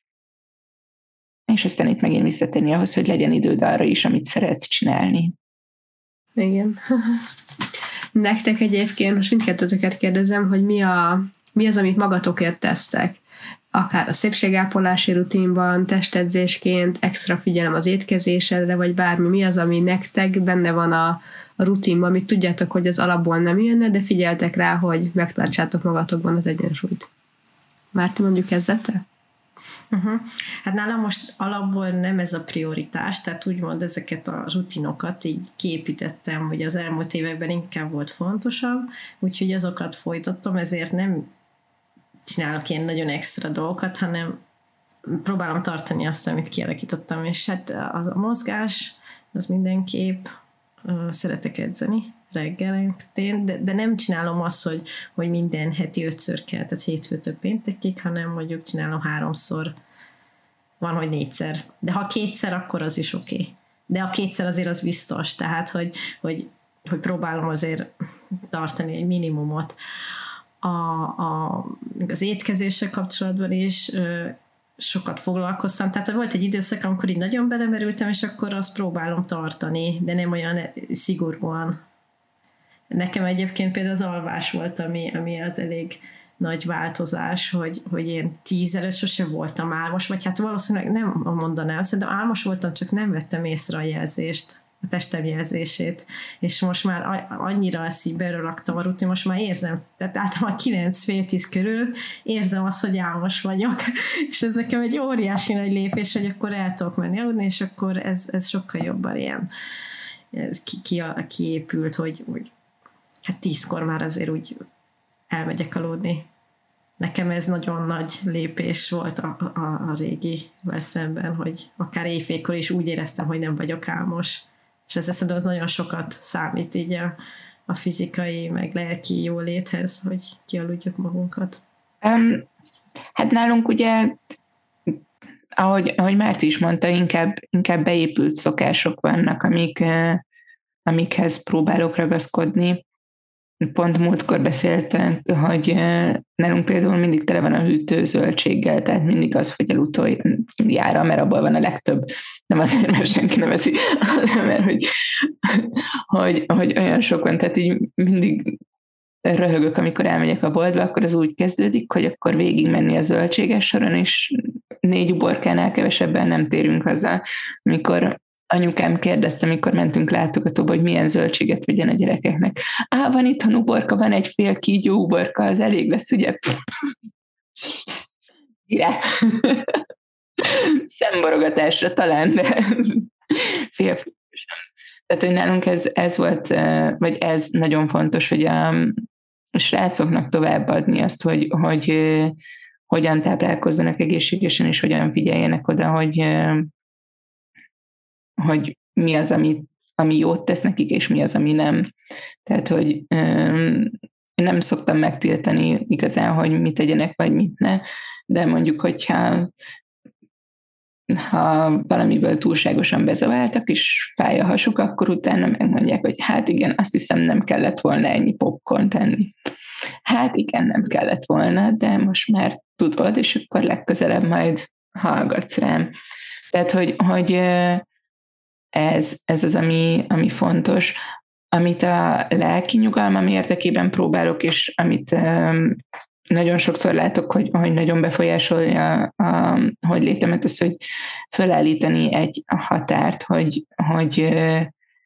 És aztán itt megint visszatérni ahhoz, hogy legyen időd arra is, amit szeretsz csinálni. Igen. Nektek egyébként, most mindkettőtöket kérdezem, hogy mi, a, mi az, amit magatokért tesztek? Akár a szépségápolási rutinban, testedzésként, extra figyelem az étkezésedre, vagy bármi, mi az, ami nektek benne van a, a rutinban, amit tudjátok, hogy az alapból nem jönne, de figyeltek rá, hogy megtartsátok magatokban az egyensúlyt. Márti, mondjuk kezdete? Uh-huh. Hát nálam most alapból nem ez a prioritás, tehát úgymond ezeket a rutinokat így kiépítettem, hogy az elmúlt években inkább volt fontosabb, úgyhogy azokat folytattam, ezért nem csinálok ilyen nagyon extra dolgokat, hanem próbálom tartani azt, amit kialakítottam, és hát az a mozgás, az mindenképp uh, szeretek edzeni reggelentén, de, de nem csinálom azt, hogy, hogy minden heti ötször kell, tehát hétfőtől péntekig, hanem mondjuk csinálom háromszor, van, hogy négyszer. De ha kétszer, akkor az is oké. Okay. De a kétszer azért az biztos, tehát, hogy, hogy, hogy próbálom azért tartani egy minimumot. A, a, az étkezéssel kapcsolatban is ö, sokat foglalkoztam, tehát volt egy időszak, amikor így nagyon belemerültem, és akkor azt próbálom tartani, de nem olyan szigorúan. Nekem egyébként például az alvás volt, ami, ami az elég nagy változás, hogy, hogy én tíz előtt sose voltam álmos, vagy hát valószínűleg nem mondanám, szerintem álmos voltam, csak nem vettem észre a jelzést, a testem jelzését, és most már annyira ezt így belőlaktam a rutin, most már érzem, tehát általában kilenc fél tíz körül érzem azt, hogy álmos vagyok, és ez nekem egy óriási nagy lépés, hogy akkor el tudok menni aludni, és akkor ez, ez sokkal jobban ilyen ez ki, ki, kiépült, hogy, hogy hát tízkor már azért úgy elmegyek aludni. Nekem ez nagyon nagy lépés volt a, a, a régivel szemben, hogy akár éjfélkor is úgy éreztem, hogy nem vagyok álmos. És ez szerintem az nagyon sokat számít így a, a fizikai, meg lelki jóléthez, hogy kialudjuk magunkat. Um, hát nálunk ugye, ahogy, ahogy Márti is mondta, inkább, inkább beépült szokások vannak, amik, amikhez próbálok ragaszkodni. Pont múltkor beszéltem, hogy nálunk például mindig tele van a hűtő zöldséggel, tehát mindig az fogy el utoljára, mert abból van a legtöbb. Nem azért, mert senki nem eszi, hanem mert hogy, hogy, hogy olyan sok van, tehát így mindig röhögök, amikor elmegyek a boltba, akkor az úgy kezdődik, hogy akkor végig menni a zöldséges soron, és négy uborkánál kevesebben nem térünk haza. Amikor anyukám kérdezte, mikor mentünk látogatóba, hogy milyen zöldséget vegyen a gyerekeknek. Á, van itthon uborka, van egy fél kígyó uborka, az elég lesz, ugye? Mire? Szemborogatásra talán, de fél. Tehát, hogy nálunk ez, ez volt, vagy ez nagyon fontos, hogy a srácoknak továbbadni azt, hogy, hogy hogyan táplálkozzanak egészségesen, és hogyan figyeljenek oda, hogy hogy mi az, ami, ami jót tesz nekik, és mi az, ami nem. Tehát, hogy um, én nem szoktam megtiltani igazán, hogy mit tegyenek, vagy mit ne, de mondjuk, hogyha ha valamiből túlságosan bezaváltak, és fáj a hasuk, akkor utána megmondják, hogy hát igen, azt hiszem nem kellett volna ennyi popcorn tenni. Hát igen, nem kellett volna, de most már tudod, és akkor legközelebb majd hallgatsz rám. Tehát, hogy, hogy Ez, ez az, ami, ami fontos, amit a lelki nyugalmam érdekében próbálok, és amit um, nagyon sokszor látok, hogy, hogy nagyon befolyásolja a hogy létemet, az, hogy felállítani egy határt, hogy, hogy uh,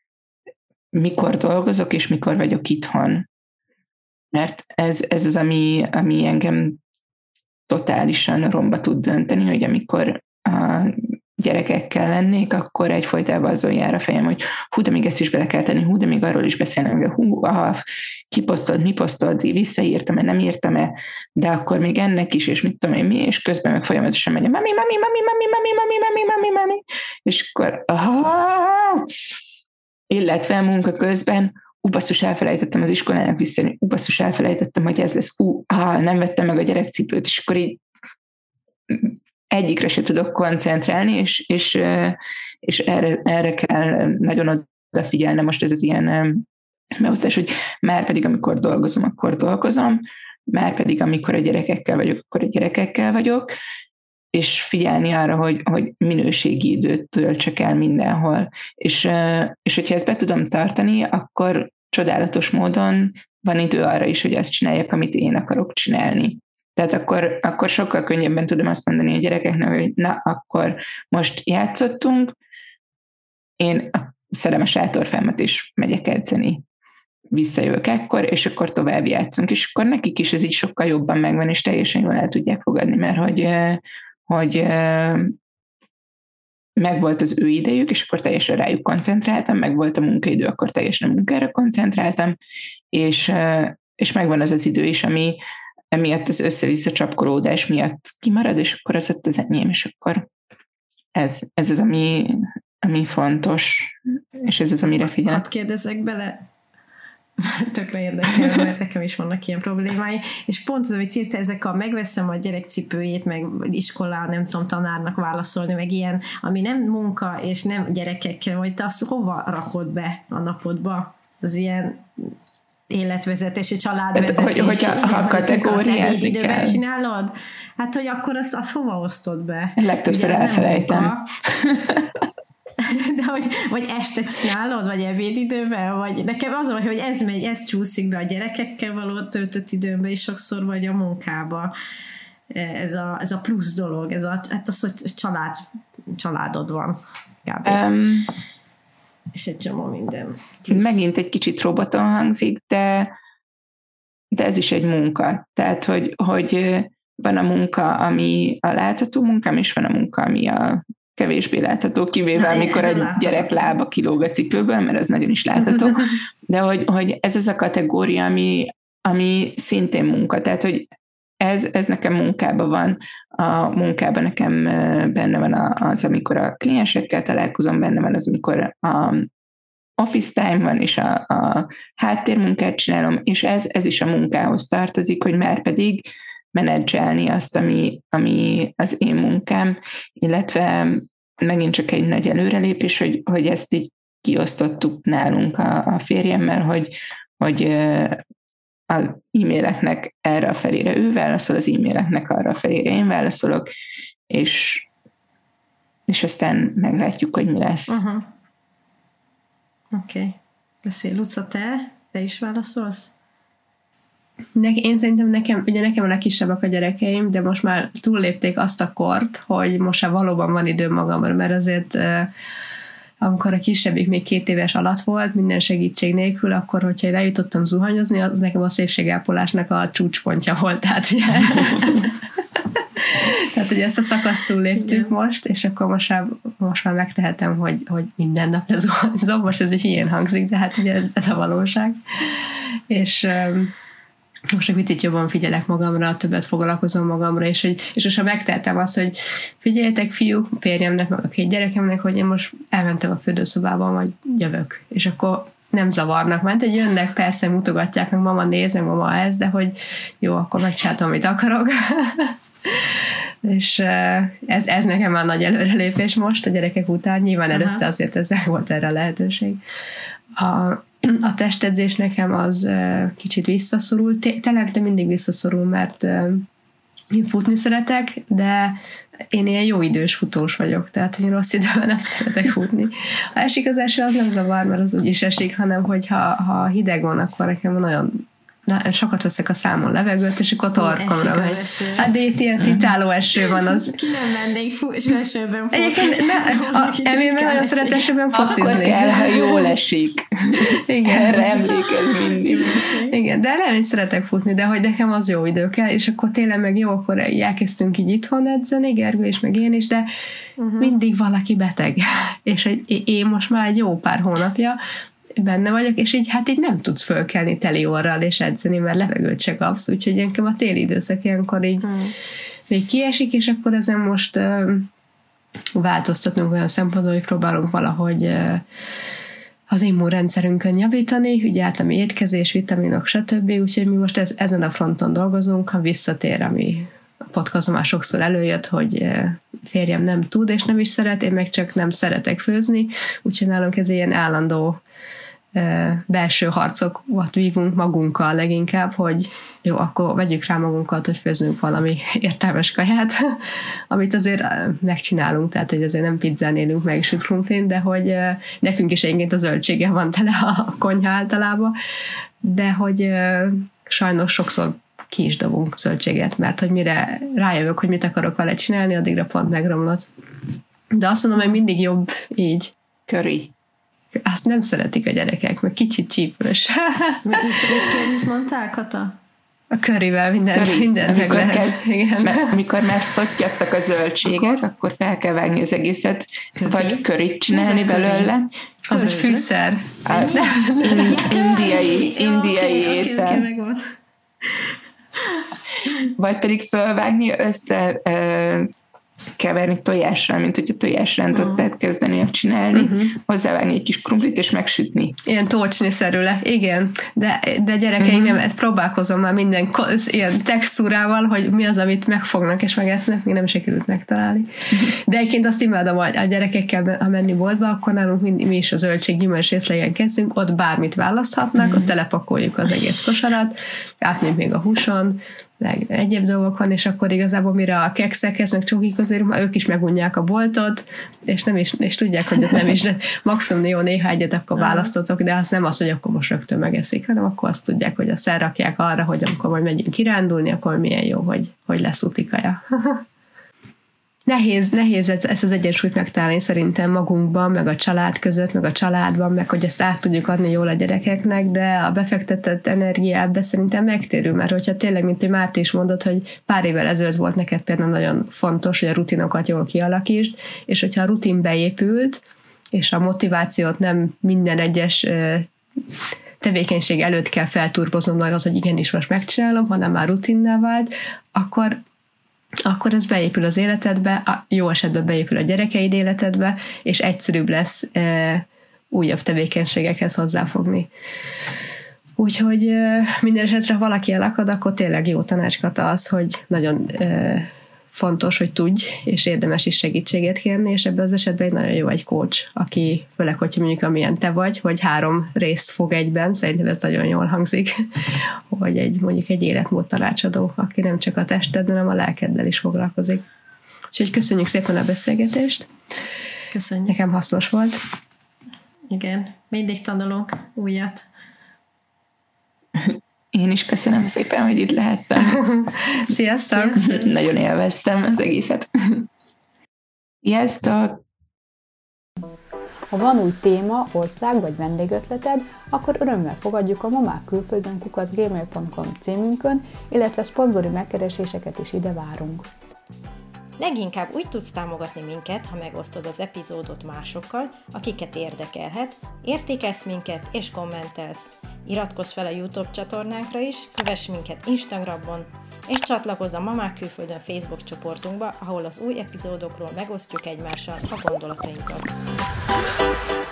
mikor dolgozok, és mikor vagyok itthon. Mert ez, ez az, ami, ami engem totálisan romba tud dönteni, hogy amikor a gyerekekkel lennék, akkor egyfolytában azon jár a fejem, hogy hú, de még ezt is bele kell tenni, hú, de még arról is beszélnem, hogy hú, aha, kiposztold, mi posztold, visszaírtam-e, nem írtam-e, de akkor még ennek is, és mit tudom én mi, és közben meg folyamatosan megy, mami, mami, mami, mami, mami, mami, mami, mami, mami, és akkor aha, illetve munka közben, ú, basszus, elfelejtettem az iskolának visszajönni, ú, basszus, elfelejtettem, hogy ez lesz, ú, aha, nem vettem meg a gyerekcipőt, és akkor így egyikre se tudok koncentrálni, és, és, és erre, erre kell nagyon odafigyelni. Most ez az ilyen beosztás, hogy már pedig amikor dolgozom, akkor dolgozom, már pedig amikor a gyerekekkel vagyok, akkor a gyerekekkel vagyok, és figyelni arra, hogy, hogy minőségi időt töltsek el mindenhol. És, és hogyha ezt be tudom tartani, akkor csodálatos módon van idő arra is, hogy azt csináljak, amit én akarok csinálni. Tehát akkor, akkor sokkal könnyebben tudom azt mondani a gyerekeknek, hogy na, akkor most játszottunk, én szedem a sátorfámat, és megyek edzeni. Visszajövök ekkor, és akkor tovább játszunk, és akkor nekik is ez így sokkal jobban megvan, és teljesen jól el tudják fogadni, mert hogy, hogy megvolt az ő idejük, és akkor teljesen rájuk koncentráltam, megvolt a munkaidő, akkor teljesen a munkára koncentráltam, és, és megvan az az idő is, ami emiatt az össze-vissza csapkolódás miatt kimarad, és akkor az ott az enyém, és akkor ez, ez az, ami, ami fontos, és ez az, amire figyelek. Hadd kérdezek bele, tökre érdekel, mert nekem is vannak ilyen problémái, és pont az, amit írta, ezek a megveszem a gyerekcipőjét, meg iskolán, nem tudom, tanárnak válaszolni, meg ilyen, ami nem munka, és nem gyerekekkel, vagy te azt hova rakod be a napodba? Az ilyen életvezetési, családvezetési. Hogy, hogy a, ha kategóriázni kell. Csinálod? Hát, hogy akkor azt, azt hova osztod be? Legtöbbször elfelejtem. De hogy vagy este csinálod, vagy ebédidőben, vagy nekem az, hogy ez megy, ez csúszik be a gyerekekkel való töltött időmbe, és sokszor vagy a munkába. Ez a, ez a plusz dolog, ez a, hát az, hogy család, családod van. Um, és egy csomó minden. Plusz. Megint egy kicsit roboton hangzik, de, de ez is egy munka. Tehát, hogy, hogy van a munka, ami a látható munkám, és van a munka, ami a kevésbé látható, kivéve, amikor a, a gyerek lába kilóg a cipőből, mert az nagyon is látható, de hogy, hogy ez az a kategória, ami, ami szintén munka, tehát, hogy ez, ez nekem munkában van, a munkában nekem benne van az, amikor a kliensekkel találkozom, benne van az, amikor a office time van, és a, a háttérmunkát csinálom, és ez, ez is a munkához tartozik, hogy már pedig menedzselni azt, ami, ami az én munkám, illetve megint csak egy nagy előrelépés, hogy, hogy ezt így kiosztottuk nálunk a, a férjemmel, hogy, hogy az e-maileknek erre a felére ő válaszol, az e-maileknek arra a felére én válaszolok, és, és aztán meglátjuk, hogy mi lesz. Uh-huh. Oké. Okay. Beszélj, Luca, te? Te is válaszolsz? Ne, én szerintem nekem, ugye nekem a legkisebbek a gyerekeim, de most már túllépték azt a kort, hogy most már valóban van időm magamra, mert azért amikor a kisebbik még két éves alatt volt, minden segítség nélkül, akkor hogyha én eljutottam zuhanyozni, az nekem a szépségápolásnak a csúcspontja volt, tehát ugye, tehát ugye ezt a szakaszt túlléptük igen. most, és akkor most már, most már megtehetem, hogy, hogy minden nap lezuhanyozom, most ez így ilyen hangzik, de hát ugye ez, ez a valóság. És most egy kicsit jobban figyelek magamra, többet foglalkozom magamra, és, hogy, és most ha megteltem azt, hogy figyeljetek fiúk, férjemnek, meg a két gyerekemnek, hogy én most elmentem a fürdőszobában, vagy jövök. És akkor nem zavarnak, mert hogy jönnek, persze mutogatják, meg mama néz, meg mama ez, de hogy jó, akkor megcsináltam, amit akarok. És ez, ez nekem már nagy előrelépés most a gyerekek után, nyilván előtte uh-huh. azért ez volt erre a lehetőség. A A testedzés nekem az kicsit visszaszorul, tényleg de mindig visszaszorul, mert én futni szeretek, de én ilyen jó idős futós vagyok, tehát én rossz időben nem szeretek futni. Ha esik az eső, az nem zavar, mert az úgyis esik, hanem hogyha ha hideg van, akkor nekem nagyon Na, sokat veszek a számon levegőt, és akkor torkomra megy. Hát de itt ilyen szitáló eső van. Az... Ki nem mennék esőben focizni. Egyébként Emilben nagyon szeret esőben focizni. Akkor kell, ha jól esik. Igen. Erre emlékez mindig. Igen, de nem is szeretek futni, de hogy nekem az jó idő kell, és akkor tényleg meg jó, akkor elkezdtünk így itthon edzeni, Gergő is, meg én is, de uh-huh. mindig valaki beteg. És hogy én most már egy jó pár hónapja benne vagyok, és így hát így nem tudsz fölkelni teli orral és edzeni, mert levegőt se kapsz, úgyhogy nekem a téli időszak ilyenkor így hmm. még kiesik, és akkor ezen most uh, változtatnunk olyan szempontból, hogy próbálunk valahogy uh, az immunrendszerünkön javítani, ugye hát ami étkezés, vitaminok, stb. Úgyhogy mi most ez, ezen a fronton dolgozunk, ha visszatér, ami a podcaston már sokszor előjött, hogy uh, férjem nem tud, és nem is szeret, én meg csak nem szeretek főzni, úgyhogy nálunk ez ilyen állandó belső harcokat vívunk magunkkal leginkább, hogy jó, akkor vegyük rá magunkat, hogy főzzünk valami értelmes kaját, amit azért megcsinálunk, tehát hogy azért nem pizzán élünk meg süt krumplin, de hogy nekünk is egyébként a zöldsége van tele a konyha általában, de hogy sajnos sokszor ki is dobunk zöldséget, mert hogy mire rájövök, hogy mit akarok vele csinálni, addigra pont megromlott. De azt mondom, hogy mindig jobb így. Curry. Azt nem szeretik a gyerekek, meg kicsit csípős. Mit, mit mondtál, Kata? A curryvel minden, Curry. mindent meg lehet. Kezd, igen. M- mikor már szottyadtak a zöldségek, akkor, akkor fel kell vágni az egészet, curry? Vagy curryt csinálni belőle. Az egy fűszer. A, indiai, indiai étel. Okay, okay, okay, vagy pedig felvágni össze uh, keverni tojással, mint hogyha tojásrántottát uh-huh. kezdeni csinálni, uh-huh. hozzávágni egy kis krumplit és megsütni. Ilyen tócsnyi-szerű le, igen. De, de gyerekeink uh-huh. nem, ezt próbálkozom már minden ilyen textúrával, hogy mi az, amit megfognak és megesznek, még nem sikerült megtalálni. Uh-huh. De egyébként azt imádom, a gyerekekkel, ha menni boltba, akkor nálunk mi, mi is a zöldség gyümölcs részlegen kezdünk, ott bármit választhatnak, uh-huh. ott telepakoljuk az egész kosarat, átmegyünk még a húson, meg egyéb dolgok van, és akkor igazából mire a kekszekhez, meg csokikhoz érünk, ők is megunják a boltot, és nem is, és tudják, hogy ott nem is, de maximum jó néha egyet akkor választotok, de az nem az, hogy akkor most rögtön megeszik, hanem akkor azt tudják, hogy azt elrakják arra, hogy amikor majd megyünk kirándulni, akkor milyen jó, hogy, hogy lesz utikaja. Nehéz, nehéz ezt az egyensúlyt megtalálni szerintem magunkban, meg a család között, meg a családban, meg hogy ezt át tudjuk adni jól a gyerekeknek, de a befektetett energiába szerintem megtérül, mert hogyha tényleg, mint hogy Máté is mondott, hogy pár évvel ezelőtt volt neked például nagyon fontos, hogy a rutinokat jól kialakítsd, és hogyha a rutin beépült, és a motivációt nem minden egyes tevékenység előtt kell felturboznod az, hogy igenis most megcsinálom, hanem már rutinná vált, akkor akkor ez beépül az életedbe, a jó esetben beépül a gyerekeid életedbe, és egyszerűbb lesz e, újabb tevékenységekhez hozzáfogni. Úgyhogy e, minden esetre, ha valaki elakad, akkor tényleg jó tanácskata az, hogy nagyon e, fontos, hogy tudj, és érdemes is segítséget kérni, és ebben az esetben egy nagyon jó egy coach, aki, főleg, hogyha mondjuk amilyen te vagy, hogy három részt fog egyben, szerintem ez nagyon jól hangzik, hogy egy, mondjuk egy életmód tanácsadó, aki nem csak a testeddel, hanem a lelkeddel is foglalkozik. Úgyhogy köszönjük szépen a beszélgetést. Köszönjük. Nekem hasznos volt. Igen, mindig tanulunk újat. Én is köszönöm szépen, hogy itt lehettem. Sziasztok! Sziasztok! Nagyon élveztem az egészet. Sziasztok! Ha van új téma, ország vagy vendégötleted, akkor örömmel fogadjuk a mamák külföldön kukac gmail pont com címünkön, illetve szponzori megkereséseket is ide várunk. Leginkább úgy tudsz támogatni minket, ha megosztod az epizódot másokkal, akiket érdekelhet, értékelsz minket és kommentelsz. Iratkozz fel a YouTube csatornánkra is, kövess minket Instagramon, és csatlakozz a Mamák Külföldön Facebook csoportunkba, ahol az új epizódokról megosztjuk egymással a gondolatainkat.